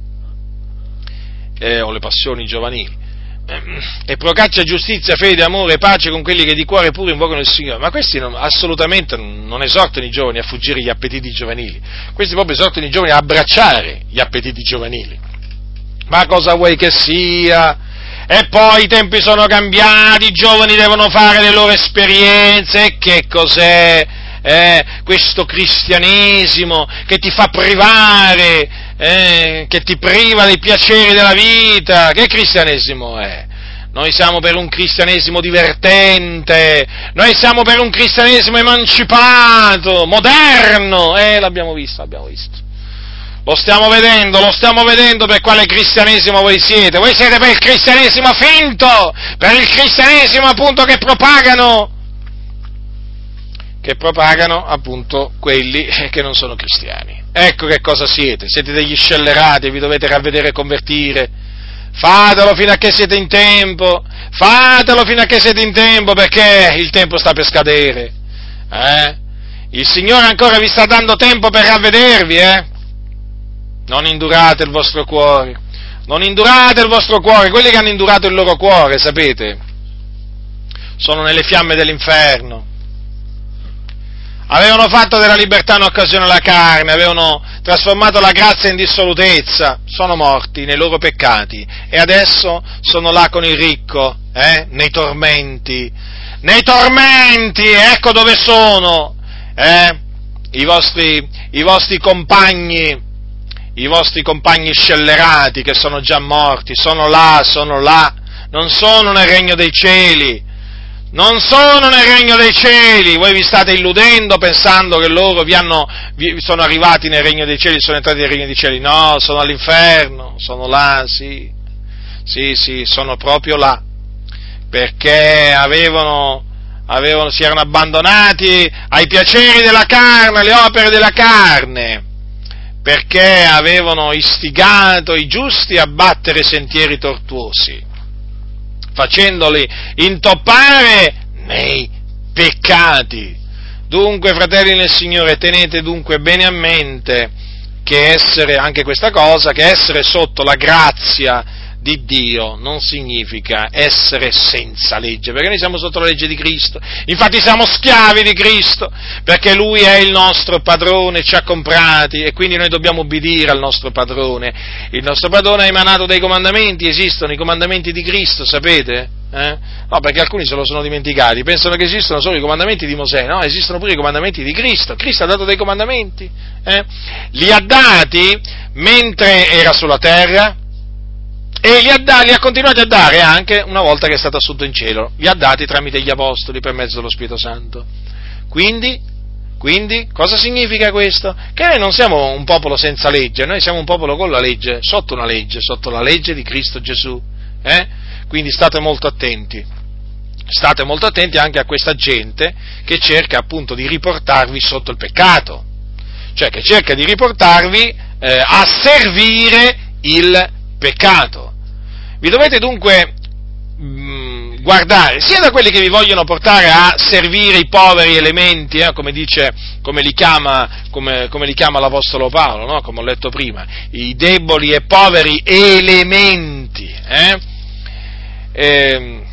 Speaker 1: eh, o le passioni giovanili, e procaccia giustizia, fede, amore e pace con quelli che di cuore puro invocano il Signore. Ma questi non, assolutamente non esortano i giovani a fuggire gli appetiti giovanili, questi proprio esortano i giovani a abbracciare gli appetiti giovanili. Ma cosa vuoi che sia? E poi i tempi sono cambiati, i giovani devono fare le loro esperienze. E che cos'è eh, questo cristianesimo che ti fa privare, eh, che ti priva dei piaceri della vita? Che cristianesimo è? Noi siamo per un cristianesimo divertente, noi siamo per un cristianesimo emancipato, moderno, eh, l'abbiamo visto, l'abbiamo visto. Lo stiamo vedendo, lo stiamo vedendo per quale cristianesimo voi siete. Voi siete per il cristianesimo finto, per il cristianesimo appunto che propagano, che propagano appunto quelli che non sono cristiani. Ecco che cosa siete, siete degli scellerati, vi dovete ravvedere e convertire. Fatelo fino a che siete in tempo, fatelo fino a che siete in tempo, perché il tempo sta per scadere. Eh? Il Signore ancora vi sta dando tempo per ravvedervi, eh? Non indurate il vostro cuore, non indurate il vostro cuore. Quelli che hanno indurato il loro cuore, sapete, sono nelle fiamme dell'inferno. Avevano fatto della libertà un'occasione alla carne, avevano trasformato la grazia in dissolutezza, sono morti nei loro peccati e adesso sono là con il ricco, eh, nei tormenti, nei tormenti, ecco dove sono, eh, i vostri, i vostri compagni, i vostri compagni scellerati che sono già morti, sono là, sono là, non sono nel regno dei cieli, non sono nel regno dei cieli. Voi vi state illudendo pensando che loro vi hanno, vi sono arrivati nel regno dei cieli, sono entrati nel regno dei cieli. No, sono all'inferno, sono là, sì, sì, sì, sono proprio là, perché avevano, avevano, si erano abbandonati ai piaceri della carne, alle opere della carne, perché avevano istigato i giusti a battere sentieri tortuosi, facendoli intoppare nei peccati. Dunque, fratelli nel Signore, tenete dunque bene a mente che essere, anche questa cosa, che essere sotto la grazia di Dio non significa essere senza legge, perché noi siamo sotto la legge di Cristo, infatti siamo schiavi di Cristo, perché Lui è il nostro padrone, ci ha comprati e quindi noi dobbiamo ubbidire al nostro padrone. Il nostro padrone ha emanato dei comandamenti, esistono i comandamenti di Cristo, sapete? Eh? No, perché alcuni se lo sono dimenticati, pensano che esistono solo i comandamenti di Mosè, no, esistono pure i comandamenti di Cristo. Cristo ha dato dei comandamenti, eh? Li ha dati mentre era sulla terra, e li ha, da, li ha continuati a dare anche una volta che è stato assunto in cielo, li ha dati tramite gli apostoli per mezzo dello Spirito Santo. Quindi, quindi, cosa significa questo? Che noi non siamo un popolo senza legge, noi siamo un popolo con la legge, sotto una legge, sotto la legge di Cristo Gesù, eh? Quindi state molto attenti, state molto attenti anche a questa gente che cerca appunto di riportarvi sotto il peccato, cioè che cerca di riportarvi eh, a servire il peccato. Vi dovete dunque mh, guardare sia da quelli che vi vogliono portare a servire i poveri elementi, eh, come dice, come li chiama, come, come li chiama l'Apostolo Paolo, no? Come ho letto prima, i deboli e poveri elementi eh, eh,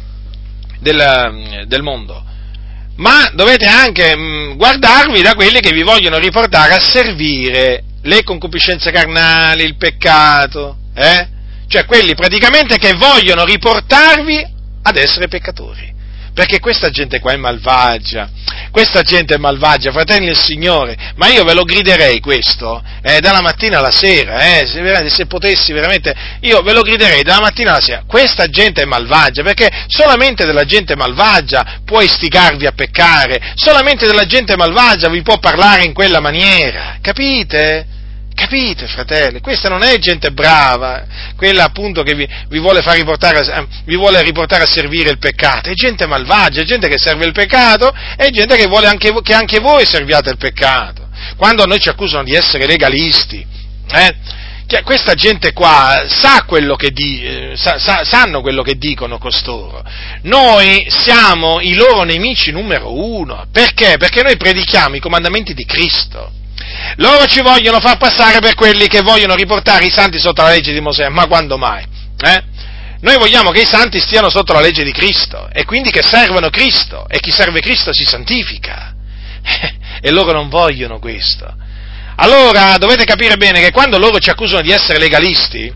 Speaker 1: del, del mondo. Ma dovete anche mh, guardarvi da quelli che vi vogliono riportare a servire le concupiscenze carnali, il peccato, eh? Cioè quelli praticamente che vogliono riportarvi ad essere peccatori, perché questa gente qua è malvagia, questa gente è malvagia, fratelli del Signore, ma io ve lo griderei questo, eh, dalla mattina alla sera, eh, se, se potessi veramente, io ve lo griderei dalla mattina alla sera, questa gente è malvagia, perché solamente della gente malvagia può istigarvi a peccare, solamente della gente malvagia vi può parlare in quella maniera, capite? Capite, fratelli? Questa non è gente brava, quella appunto che vi, vi vuole far riportare, a, vi vuole riportare a servire il peccato, è gente malvagia, è gente che serve il peccato, è gente che vuole anche, che anche voi serviate il peccato. Quando noi ci accusano di essere legalisti, eh, questa gente qua sa quello che di, eh, sa, sa, sanno quello che dicono costoro. Noi siamo i loro nemici numero uno. Perché? Perché noi predichiamo i comandamenti di Cristo. Loro ci vogliono far passare per quelli che vogliono riportare i santi sotto la legge di Mosè, ma quando mai? Eh? Noi vogliamo che i santi stiano sotto la legge di Cristo, e quindi che servano Cristo, e chi serve Cristo si santifica, e loro non vogliono questo. Allora dovete capire bene che quando loro ci accusano di essere legalisti,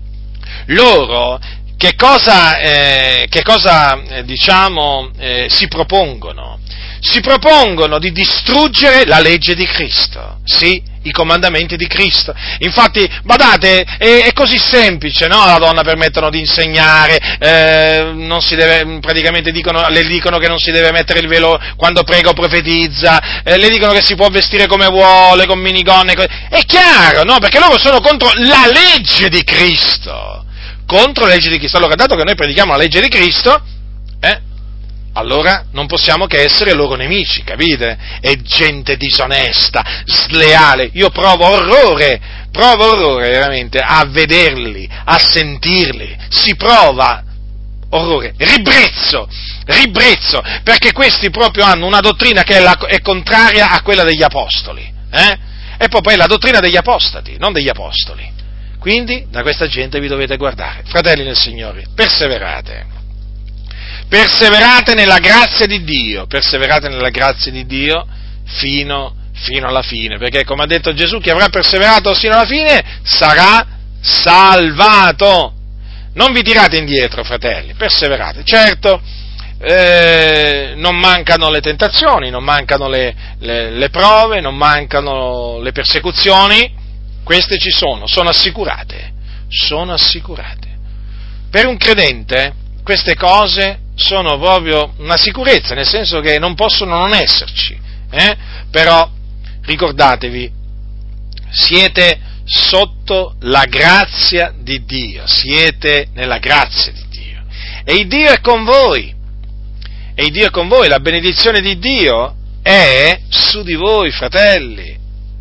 Speaker 1: loro che cosa, eh, che cosa eh, diciamo, eh, si propongono? Si propongono di distruggere la legge di Cristo, sì, i comandamenti di Cristo. Infatti, badate, è, è così semplice, no? La donna permettono di insegnare, eh, non si deve, praticamente dicono, le dicono che non si deve mettere il velo quando prega o profetizza, eh, le dicono che si può vestire come vuole, con minigonne, è chiaro, no? Perché loro sono contro la legge di Cristo, contro la legge di Cristo. Allora, dato che noi predichiamo la legge di Cristo, eh, allora non possiamo che essere loro nemici, capite? È gente disonesta, sleale, io provo orrore, provo orrore veramente a vederli, a sentirli, si prova orrore, ribrezzo, ribrezzo, perché questi proprio hanno una dottrina che è, la, è contraria a quella degli apostoli, eh? E poi è la dottrina degli apostati, non degli apostoli. Quindi da questa gente vi dovete guardare. Fratelli nel Signore, perseverate. Perseverate nella grazia di Dio, perseverate nella grazia di Dio fino, fino alla fine, perché come ha detto Gesù, chi avrà perseverato fino alla fine sarà salvato. Non vi tirate indietro, fratelli, perseverate. Certo, eh, non mancano le tentazioni, non mancano le, le, le prove, non mancano le persecuzioni, queste ci sono, sono assicurate, sono assicurate. Per un credente queste cose sono proprio una sicurezza, nel senso che non possono non esserci, eh? Però ricordatevi, siete sotto la grazia di Dio, siete nella grazia di Dio, e il Dio è con voi, e il Dio è con voi, la benedizione di Dio è su di voi, fratelli,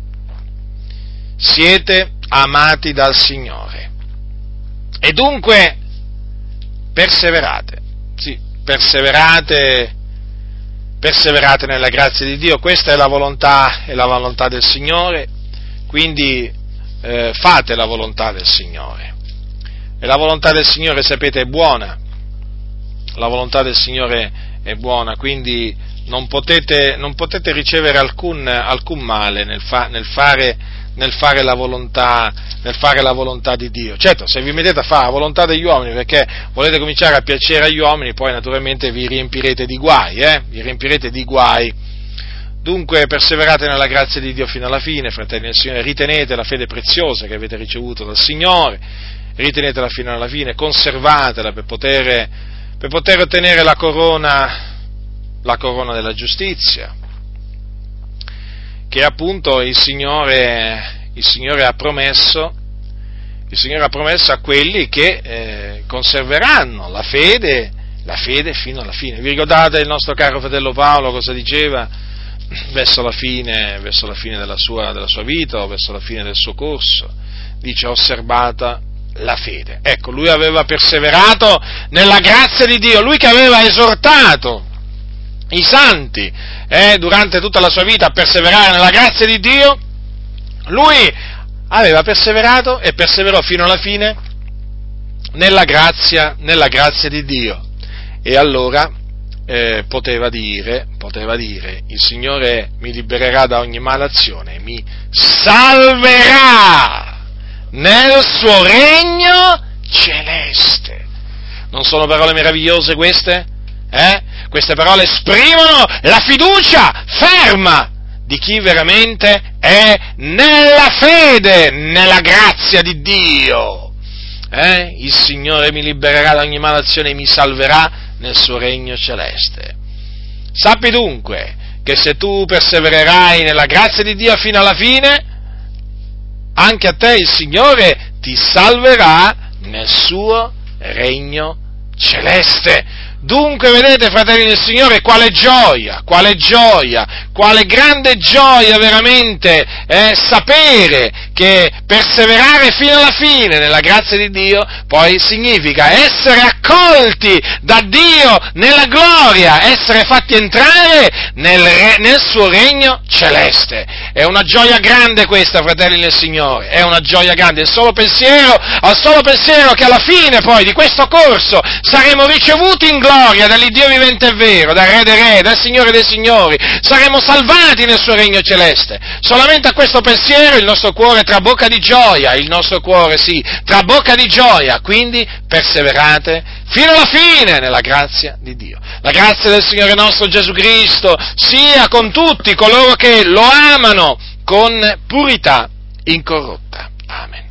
Speaker 1: siete amati dal Signore, e dunque perseverate, sì, perseverate, perseverate nella grazia di Dio, questa è la volontà, è la volontà del Signore, quindi eh, fate la volontà del Signore, e la volontà del Signore, sapete, è buona, la volontà del Signore è buona, quindi non potete, non potete ricevere alcun, alcun male nel, fa, nel fare nel fare la volontà, nel fare la volontà di Dio. Certo, se vi mettete a fare la volontà degli uomini perché volete cominciare a piacere agli uomini, poi naturalmente vi riempirete di guai, eh? Vi riempirete di guai, Dunque perseverate nella grazia di Dio fino alla fine, fratelli del Signore, ritenete la fede preziosa che avete ricevuto dal Signore, ritenetela fino alla fine, conservatela per poter, per poter ottenere la corona, la corona della giustizia, che appunto il Signore, il Signore ha promesso, il Signore ha promesso a quelli che eh, conserveranno la fede, la fede fino alla fine. Vi ricordate il nostro caro fratello Paolo cosa diceva verso la fine, verso la fine della sua, della sua vita o verso la fine del suo corso? Dice: osservata la fede. Ecco, lui aveva perseverato nella grazia di Dio, lui che aveva esortato i santi eh, durante tutta la sua vita a perseverare nella grazia di Dio, lui aveva perseverato e perseverò fino alla fine nella grazia, nella grazia di Dio. E allora eh, poteva dire, poteva dire, il Signore mi libererà da ogni malazione, mi salverà nel suo regno celeste. Non sono parole meravigliose queste? Eh? Queste parole esprimono la fiducia ferma di chi veramente è nella fede, nella grazia di Dio. Eh? Il Signore mi libererà da ogni malazione e mi salverà nel suo regno celeste. Sappi dunque che se tu persevererai nella grazia di Dio fino alla fine, anche a te il Signore ti salverà nel suo regno celeste. Dunque, vedete, fratelli del Signore, quale gioia, quale gioia, quale grande gioia veramente eh, sapere che perseverare fino alla fine nella grazia di Dio poi significa essere accolti da Dio nella gloria, essere fatti entrare nel, re, nel suo regno celeste. È una gioia grande questa, fratelli del Signore, è una gioia grande. Il solo pensiero, al solo pensiero che alla fine poi di questo corso saremo ricevuti in gloria dall'Iddio vivente e vero, dal Re dei Re, dal Signore dei Signori, saremo salvati nel suo regno celeste. Solamente a questo pensiero il nostro cuore trabocca di gioia, il nostro cuore sì, trabocca di gioia, quindi perseverate fino alla fine nella grazia di Dio. La grazia del Signore nostro Gesù Cristo sia con tutti coloro che lo amano con purità incorrotta. Amen.